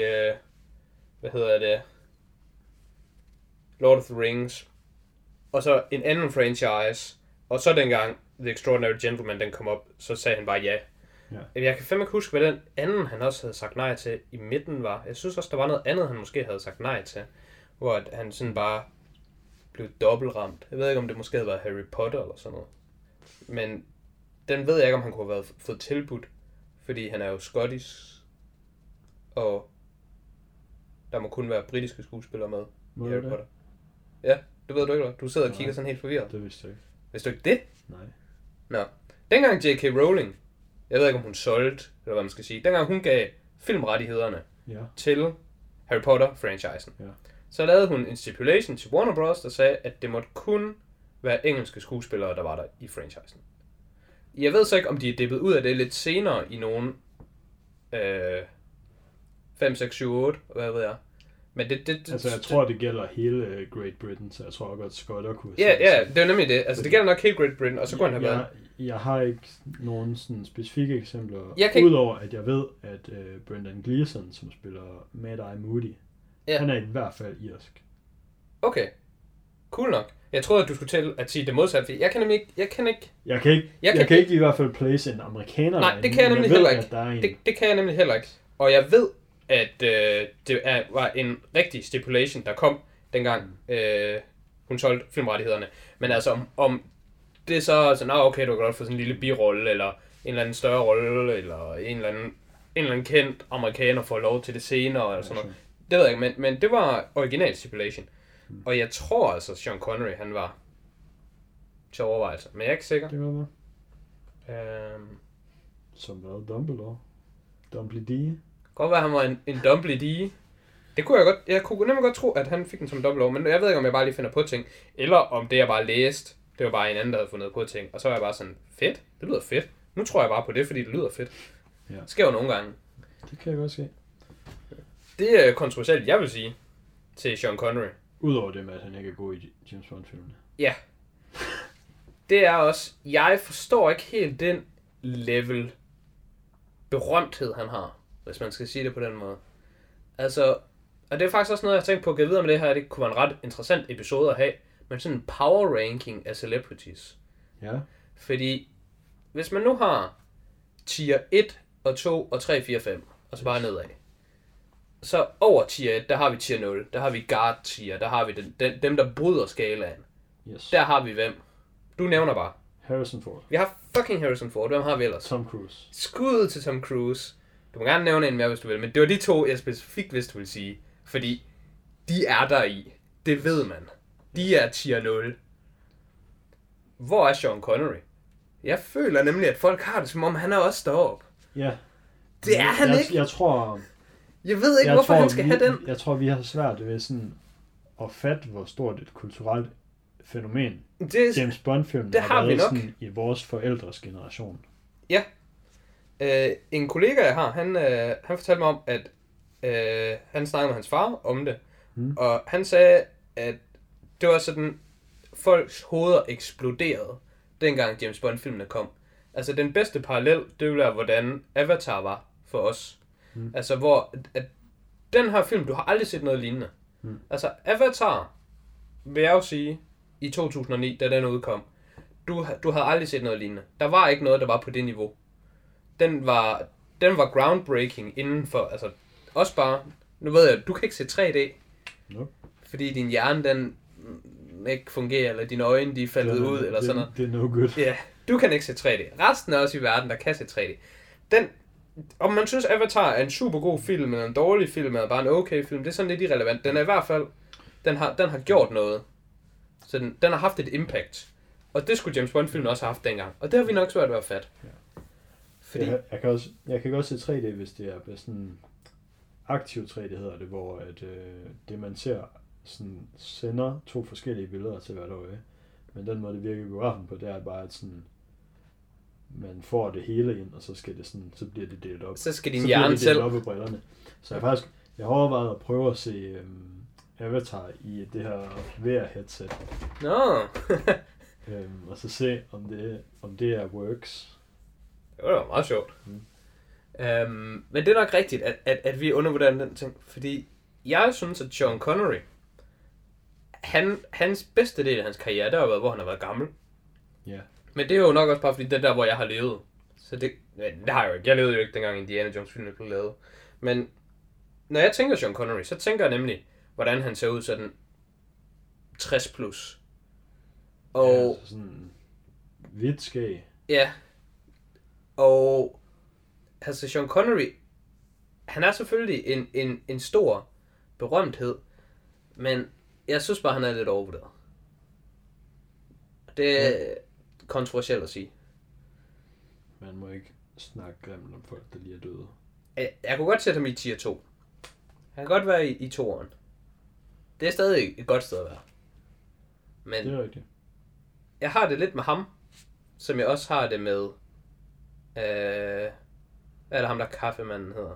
B: Lord of the Rings, og så en anden franchise, og så dengang The Extraordinary Gentleman, den kom op, så sagde han bare ja. Jeg kan fandme ikke huske, hvad den anden, han også havde sagt nej til i midten var. Jeg synes også, der var noget andet, han måske havde sagt nej til, hvor han sådan bare blev dobbeltramt. Jeg ved ikke, om det måske havde været Harry Potter eller sådan noget. Men den ved jeg ikke, om han kunne have fået tilbudt, fordi han er jo skottisk, og der må kun være britiske skuespillere med i Harry Potter. Ja, det ved du ikke, du sidder og kigger sådan helt forvirret.
A: Det vidste jeg ikke.
B: Vidste du ikke det?
A: Nej.
B: Nå. Dengang J.K. Rowling, jeg ved ikke, om hun solgte, eller hvad man skal sige, dengang hun gav filmrettighederne til Harry Potter-franchisen, så lavede hun en stipulation til Warner Bros., der sagde, at det måtte kun være engelske skuespillere, der var der i franchisen. Jeg ved så ikke, om de er dippet ud af det lidt senere i nogen 5, 6, 7, 8, hvad ved jeg. Men
A: altså, jeg tror, det gælder hele Great Britain, så jeg tror godt, Skotter kunne
B: sige. Ja, det er nemlig det. Altså, det gælder nok hele Great Britain, og så kunne han have været...
A: Jeg har ikke nogen sådan specifikke eksempler, udover at jeg ved, at Brendan Gleeson, som spiller Mad Eye Moody, han er i hvert fald irsk.
B: Okay, cool nok. Jeg troede, at du skulle til at sige det modsatte, fordi jeg kan ikke...
A: Jeg kan ikke i hvert fald place en amerikaner.
B: Nej, det kan jeg nemlig heller ikke. Det kan jeg nemlig heller ikke. Og jeg ved, at det var en rigtig stipulation, der kom dengang hun solgte filmrettighederne. Men altså, om det er så sådan, okay, du kan godt få sådan en lille birolle, eller en eller anden større rolle, eller en eller anden kendt amerikaner får lov til det senere, eller sådan noget. Det ved jeg ikke, men det var original stipulation. Og jeg tror altså, Sean Connery, han var til overvejelse, men jeg er ikke sikker.
A: Det var det. Som hvad? Dumbledore? Dumbledore?
B: Godt være, han var en Dumbledore. Det kunne jeg godt. Jeg kunne nemlig godt tro, at han fik den som Dumbledore, men jeg ved ikke, om jeg bare lige finder på ting, eller om det, jeg bare læste, det var bare en anden, der havde fundet på ting, og så var jeg bare sådan, fedt, det lyder fedt. Nu tror jeg bare på det, fordi det lyder fedt. Ja. Det sker jo nogle gange.
A: Det kan jeg godt se.
B: Det er kontroversielt, jeg vil sige, til Sean Connery.
A: Udover det med, at han ikke er god i James Bond-filmene.
B: Ja. Det er også, jeg forstår ikke helt den level berømthed, han har, hvis man skal sige det på den måde. Altså, og det er faktisk også noget, jeg har tænkt på at gå videre med det her, det kunne være en ret interessant episode at have, men sådan en power ranking af celebrities.
A: Ja.
B: Fordi, hvis man nu har tier 1 og 2 og 3, 4, 5, og så bare nedad. Så over tier 1, der har vi tier 0, der har vi guard tier, der har vi dem, der bryder skalaen.
A: Yes.
B: Der har vi hvem? Du nævner bare.
A: Harrison Ford.
B: Vi har fucking Harrison Ford, hvem har vi ellers?
A: Tom Cruise.
B: Skud til Tom Cruise. Du må gerne nævne en mere, hvis du vil, men det var de to, jeg specifikt vidste, du ville sige. Fordi de er der i. Det ved man. De er tier 0. Hvor er Sean Connery? Jeg føler nemlig, at folk har det, som om han er også deroppe.
A: Ja.
B: Det er han ikke.
A: Jeg tror...
B: Jeg ved ikke, hvorfor han skal have den.
A: Jeg tror, vi har svært ved sådan at fatte, hvor stort et kulturelt fænomen James Bond-filmen har været sådan i vores forældres generation.
B: Ja. En kollega, jeg har, han fortalte mig om, at han snakkede med hans far om det. Og han sagde, at det var sådan, folks hoveder eksploderede, dengang James Bond-filmene kom. Altså, den bedste parallel, det ville være, hvordan Avatar var for os. Altså, hvor at den her film, du har aldrig set noget lignende. Altså, Avatar, vil jeg jo sige, i 2009, da den udkom, du havde aldrig set noget lignende. Der var ikke noget, der var på det niveau. Den var groundbreaking inden for, altså, også bare, nu ved jeg, du kan ikke se 3D, fordi din hjerne, den ikke fungerer, eller dine øjne, de er faldet ud, eller sådan noget.
A: Det er no good.
B: Ja, du kan ikke se 3D. Resten er også i verden, der kan se 3D. Om man synes, Avatar er en super god film, eller en dårlig film, eller bare en okay film, det er sådan lidt irrelevant. Den er i hvert fald, den har gjort noget. Så den har haft et impact. Og det skulle James Bond-filmen også have haft dengang. Og det har vi nok svært ved at fatte.
A: Ja. Fordi... Jeg kan godt se 3D, hvis det er sådan aktiv 3D hedder det, hvor at, det man ser sådan sender 2 forskellige billeder til hvert øje. Men den måde det virker i biografen på, det er bare at sådan man får det hele ind, og så skal det sådan, så bliver det delt op.
B: Så skal din hjerne selv
A: op i brillerne. Så Jeg har overvejet at prøve at se Avatar i det her VR-headset.
B: Nå.
A: Og så se, om det er works.
B: Det var meget sjovt. Men det er nok rigtigt, at vi undervurderer den ting. Fordi jeg synes, at Sean Connery, hans bedste del af hans karriere, der har været, hvor han har været gammel.
A: Ja.
B: Men det er jo nok også bare fordi, det er der, hvor jeg har levet. Så det har jeg jo ikke. Jeg levede jo ikke dengang Indiana Jones filmen blev lavet. Men når jeg tænker Sean Connery, så tænker jeg nemlig, hvordan han ser ud sådan 60 plus. Og
A: ja, altså sådan hvidt skæg.
B: Ja. Og altså Sean Connery, han er selvfølgelig en stor berømthed, men jeg synes bare, han er lidt overvurderet. Det er kontroversielt at sige.
A: Man må ikke snakke grimt om folk, der lige er døde.
B: Jeg kunne godt sætte ham i tier 2. Han kan godt være i toeren. Det er stadig et godt sted at være. Men
A: det er rigtigt. Jeg
B: har det lidt med ham, som jeg også har det med... hvad er det ham, der kaffemanden hedder?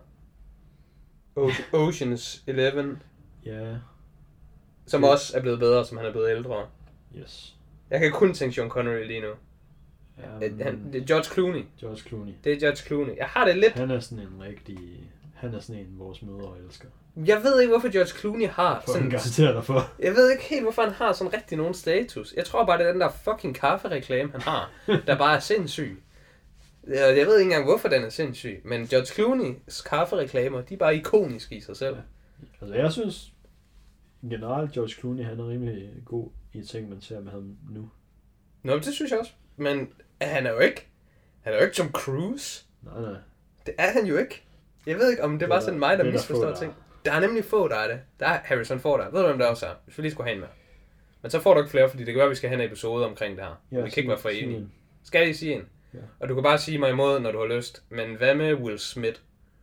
B: Ocean's 11.
A: Ja.
B: Som også er blevet bedre, som han er blevet ældre.
A: Yes.
B: Jeg kan kun tænke Sean Connery lige nu. Det er George Clooney.
A: George Clooney.
B: Det er George Clooney. Jeg har det lidt...
A: Han er sådan en vores mødre elsker.
B: Jeg ved ikke, hvorfor George Clooney har
A: sådan... en garanterer dig for.
B: Jeg ved ikke helt, hvorfor han har sådan rigtig nogen status. Jeg tror bare, det er den der fucking kaffereklame, han har, der bare er sindssyg. Jeg ved ikke engang, hvorfor den er sindssyg. Men George Clooney's kaffereklamer, de er bare ikoniske i sig selv. Ja.
A: Altså, jeg synes generelt, George Clooney, han er rimelig god i ting, man ser med ham nu.
B: Nå, det synes jeg også. Men han er jo ikke som Cruise.
A: Nej.
B: Det er han jo ikke. Jeg ved ikke, om det er bare sådan mig, der misforstår ting. Der er nemlig få, der er det. Der er Harrison Ford der. Ved du, hvem der også er? Hvis vi lige skulle have en med. Men så får du ikke flere, fordi det kan være, at vi skal have en episode omkring det her. Ja, vi kan ikke være for enige. Skal I sige en? Ja. Og du kan bare sige mig imod, når du har lyst. Men hvad med Will Smith?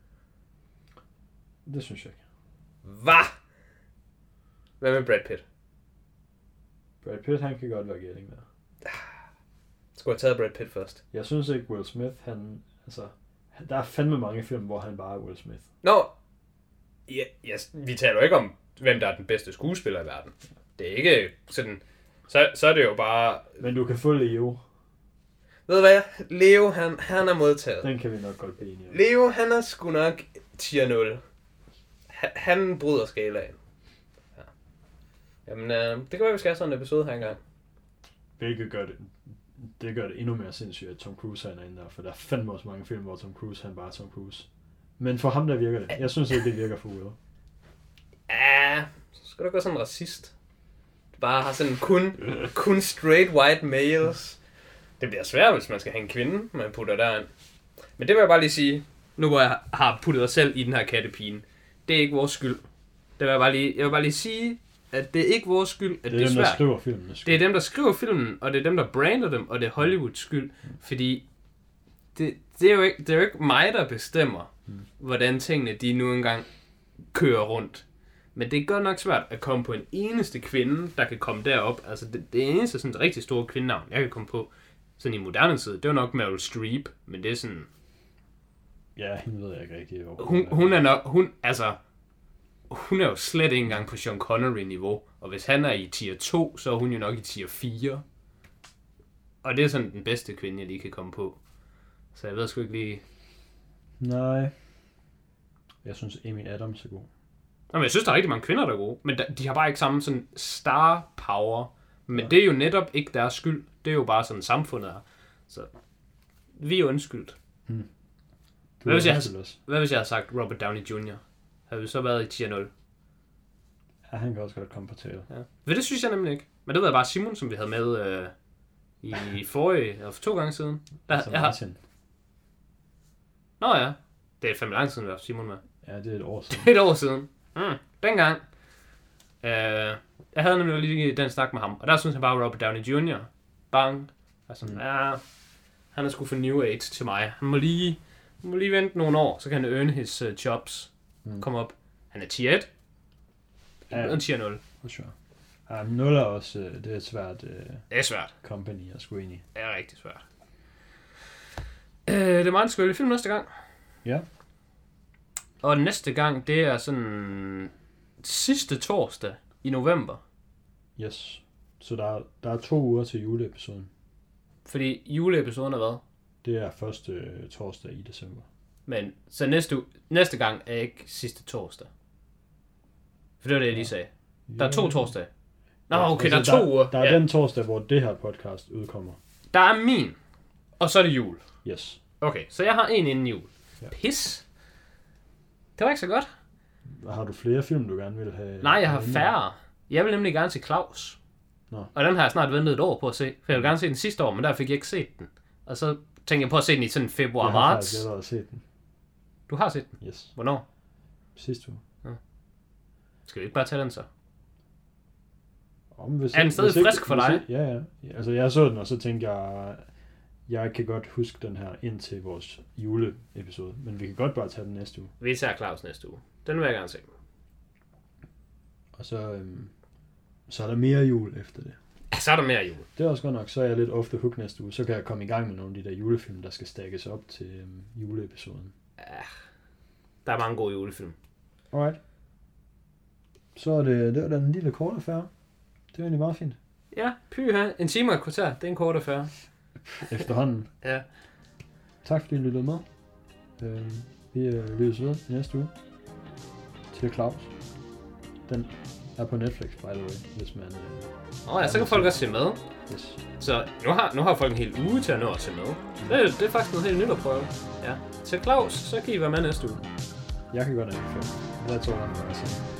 A: Det synes jeg ikke.
B: Hvad? Hvad med Brad Pitt?
A: Brad Pitt, han kan godt være gælding der.
B: Skulle have taget Brad Pitt først.
A: Jeg synes ikke, Will Smith, der er fandme mange film, hvor han bare er Will Smith.
B: Nå, vi taler jo ikke om, hvem der er den bedste skuespiller i verden. Det er ikke sådan... Så er det jo bare...
A: Men du kan få Leo.
B: Ved du hvad? Leo, han er modtaget.
A: Den kan vi nok godt blive enige om.
B: Leo, han er sgu nok tier 0. Han bryder skalaen. Ja. Jamen, det kan være, vi skal have sådan en episode her engang.
A: Hvilket gør det endnu mere sindssygt, at Tom Cruise er inde der, for der er fandme også mange film, hvor Tom Cruise, han bare er Tom Cruise. Men for ham, der virker det. Jeg synes ikke, det virker for Will.
B: Ja, så skal du gå sådan en racist. Du bare har sådan kun straight white males. Det bliver svært, hvis man skal have en kvinde, man putter derind. Men det vil jeg bare lige sige, nu hvor jeg har puttet os selv i den her kattepine. Det er ikke vores skyld. Jeg vil bare lige sige, at det er ikke vores skyld, at det er svært.
A: Det er dem, der skriver filmen.
B: Det er dem, der skriver filmen, og det er dem, der brander dem, og det er Hollywoods skyld. Fordi det er jo ikke mig, der bestemmer, hvordan tingene de nu engang kører rundt. Men det er godt nok svært at komme på en eneste kvinde, der kan komme derop. Altså det eneste sådan rigtig store kvindenavn, jeg kan komme på, sådan i moderne tid, det var nok Meryl Streep, men det er sådan...
A: Ja, hende ved jeg ikke rigtig.
B: Hun er jo slet ikke engang på Sean Connery-niveau. Og hvis han er i tier 2, så er hun jo nok i tier 4. Og det er sådan den bedste kvinde, jeg lige kan komme på. Så jeg ved sgu ikke lige...
A: Nej. Jeg synes, Amy Adams er god.
B: Nå, men jeg synes, der er rigtig mange kvinder, der er gode. Men de har bare ikke samme sådan star power. Men det er jo netop ikke deres skyld. Det er jo bare sådan samfundet er. Så vi er undskyldt. Hvad hvis jeg havde sagt Robert Downey Jr.? Havde vi så været i tier 0?
A: Ja, han kan også godt komme på tale.
B: Ja. Men det synes jeg nemlig ikke. Men det ved jeg bare Simon, som vi havde med i forrige, eller for 2 gange siden.
A: Martin.
B: Nå ja, det er 5 lang siden, vi har haft Simon med.
A: Ja, det er et år siden.
B: Et år siden. Dengang. Jeg havde nemlig lige den snak med ham, og der synes jeg bare, Robert Downey Jr. Bang. Altså, han er sgu for new age til mig. Han må lige vente nogle år, så kan han earn his jobs. Kom op. Han er tier 1. Ja, tier 0.
A: For sure. 0 er også, det er et svært...
B: det er svært.
A: Company at skulle ind i.
B: Det er rigtig svært. Det er meget en skønlig film næste gang.
A: Ja.
B: Og næste gang, det er sådan sidste torsdag i november.
A: Yes. Så der er 2 uger til juleepisoden.
B: Fordi juleepisoden er hvad?
A: Det er første torsdag i december.
B: Men så næste gang er ikke sidste torsdag. For det var det, jeg lige sagde. Der er 2 torsdage. Nå, okay,
A: altså,
B: der er 2 uger.
A: Der er den torsdag, hvor det her podcast udkommer.
B: Der er min. Og så er det jul.
A: Yes.
B: Okay, så jeg har en inden jul.
A: Ja.
B: Pis. Det var ikke så godt.
A: Har du flere film, du gerne vil have?
B: Nej, jeg har færre. Jeg vil nemlig gerne se Klaus.
A: Nå.
B: Og den har jeg snart ventet et år på at se. For jeg vil gerne se den sidste år, men der fik jeg ikke set den. Og så tænkte jeg på at se den i sådan februar-marts.
A: Jeg har faktisk allerede set den.
B: Du har set den?
A: Yes.
B: Hvornår?
A: Sidste uge.
B: Ja. Skal vi ikke bare tage den så?
A: Hvis
B: er den stadig frisk for dig?
A: Ja. Altså, jeg så den, og så tænkte jeg kan godt huske den her ind til vores juleepisode. Men vi kan godt bare tage den næste uge.
B: Vi tager Klaus næste uge. Den vil jeg gerne se.
A: Og så er der mere jul efter det.
B: Ja, så er der mere jul.
A: Det er også godt nok, så er jeg lidt off the hook næste uge. Så kan jeg komme i gang med nogle af de der julefilm, der skal stakkes op til juleepisoden.
B: Ja, der er mange gode julefilm.
A: Alright. Så er det var da en lille kort affære. Det var egentlig meget fint.
B: Ja, pyha. En time og et kvarter. Det er en kort affære.
A: Efterhånden.
B: Ja.
A: Tak fordi I lyttede med. Vi lyttes ved i næste uge. Til Klaus. Den er på Netflix, by the way, hvis man...
B: ja, så kan folk også se med.
A: Yes.
B: Så nu har folk en hel uge til at nå at se med. Det er faktisk noget helt nyt at prøve. Ja. Til Klaus, så kan I være med næste uge.
A: Jeg kan godt anbefale. That's all I'm gonna say.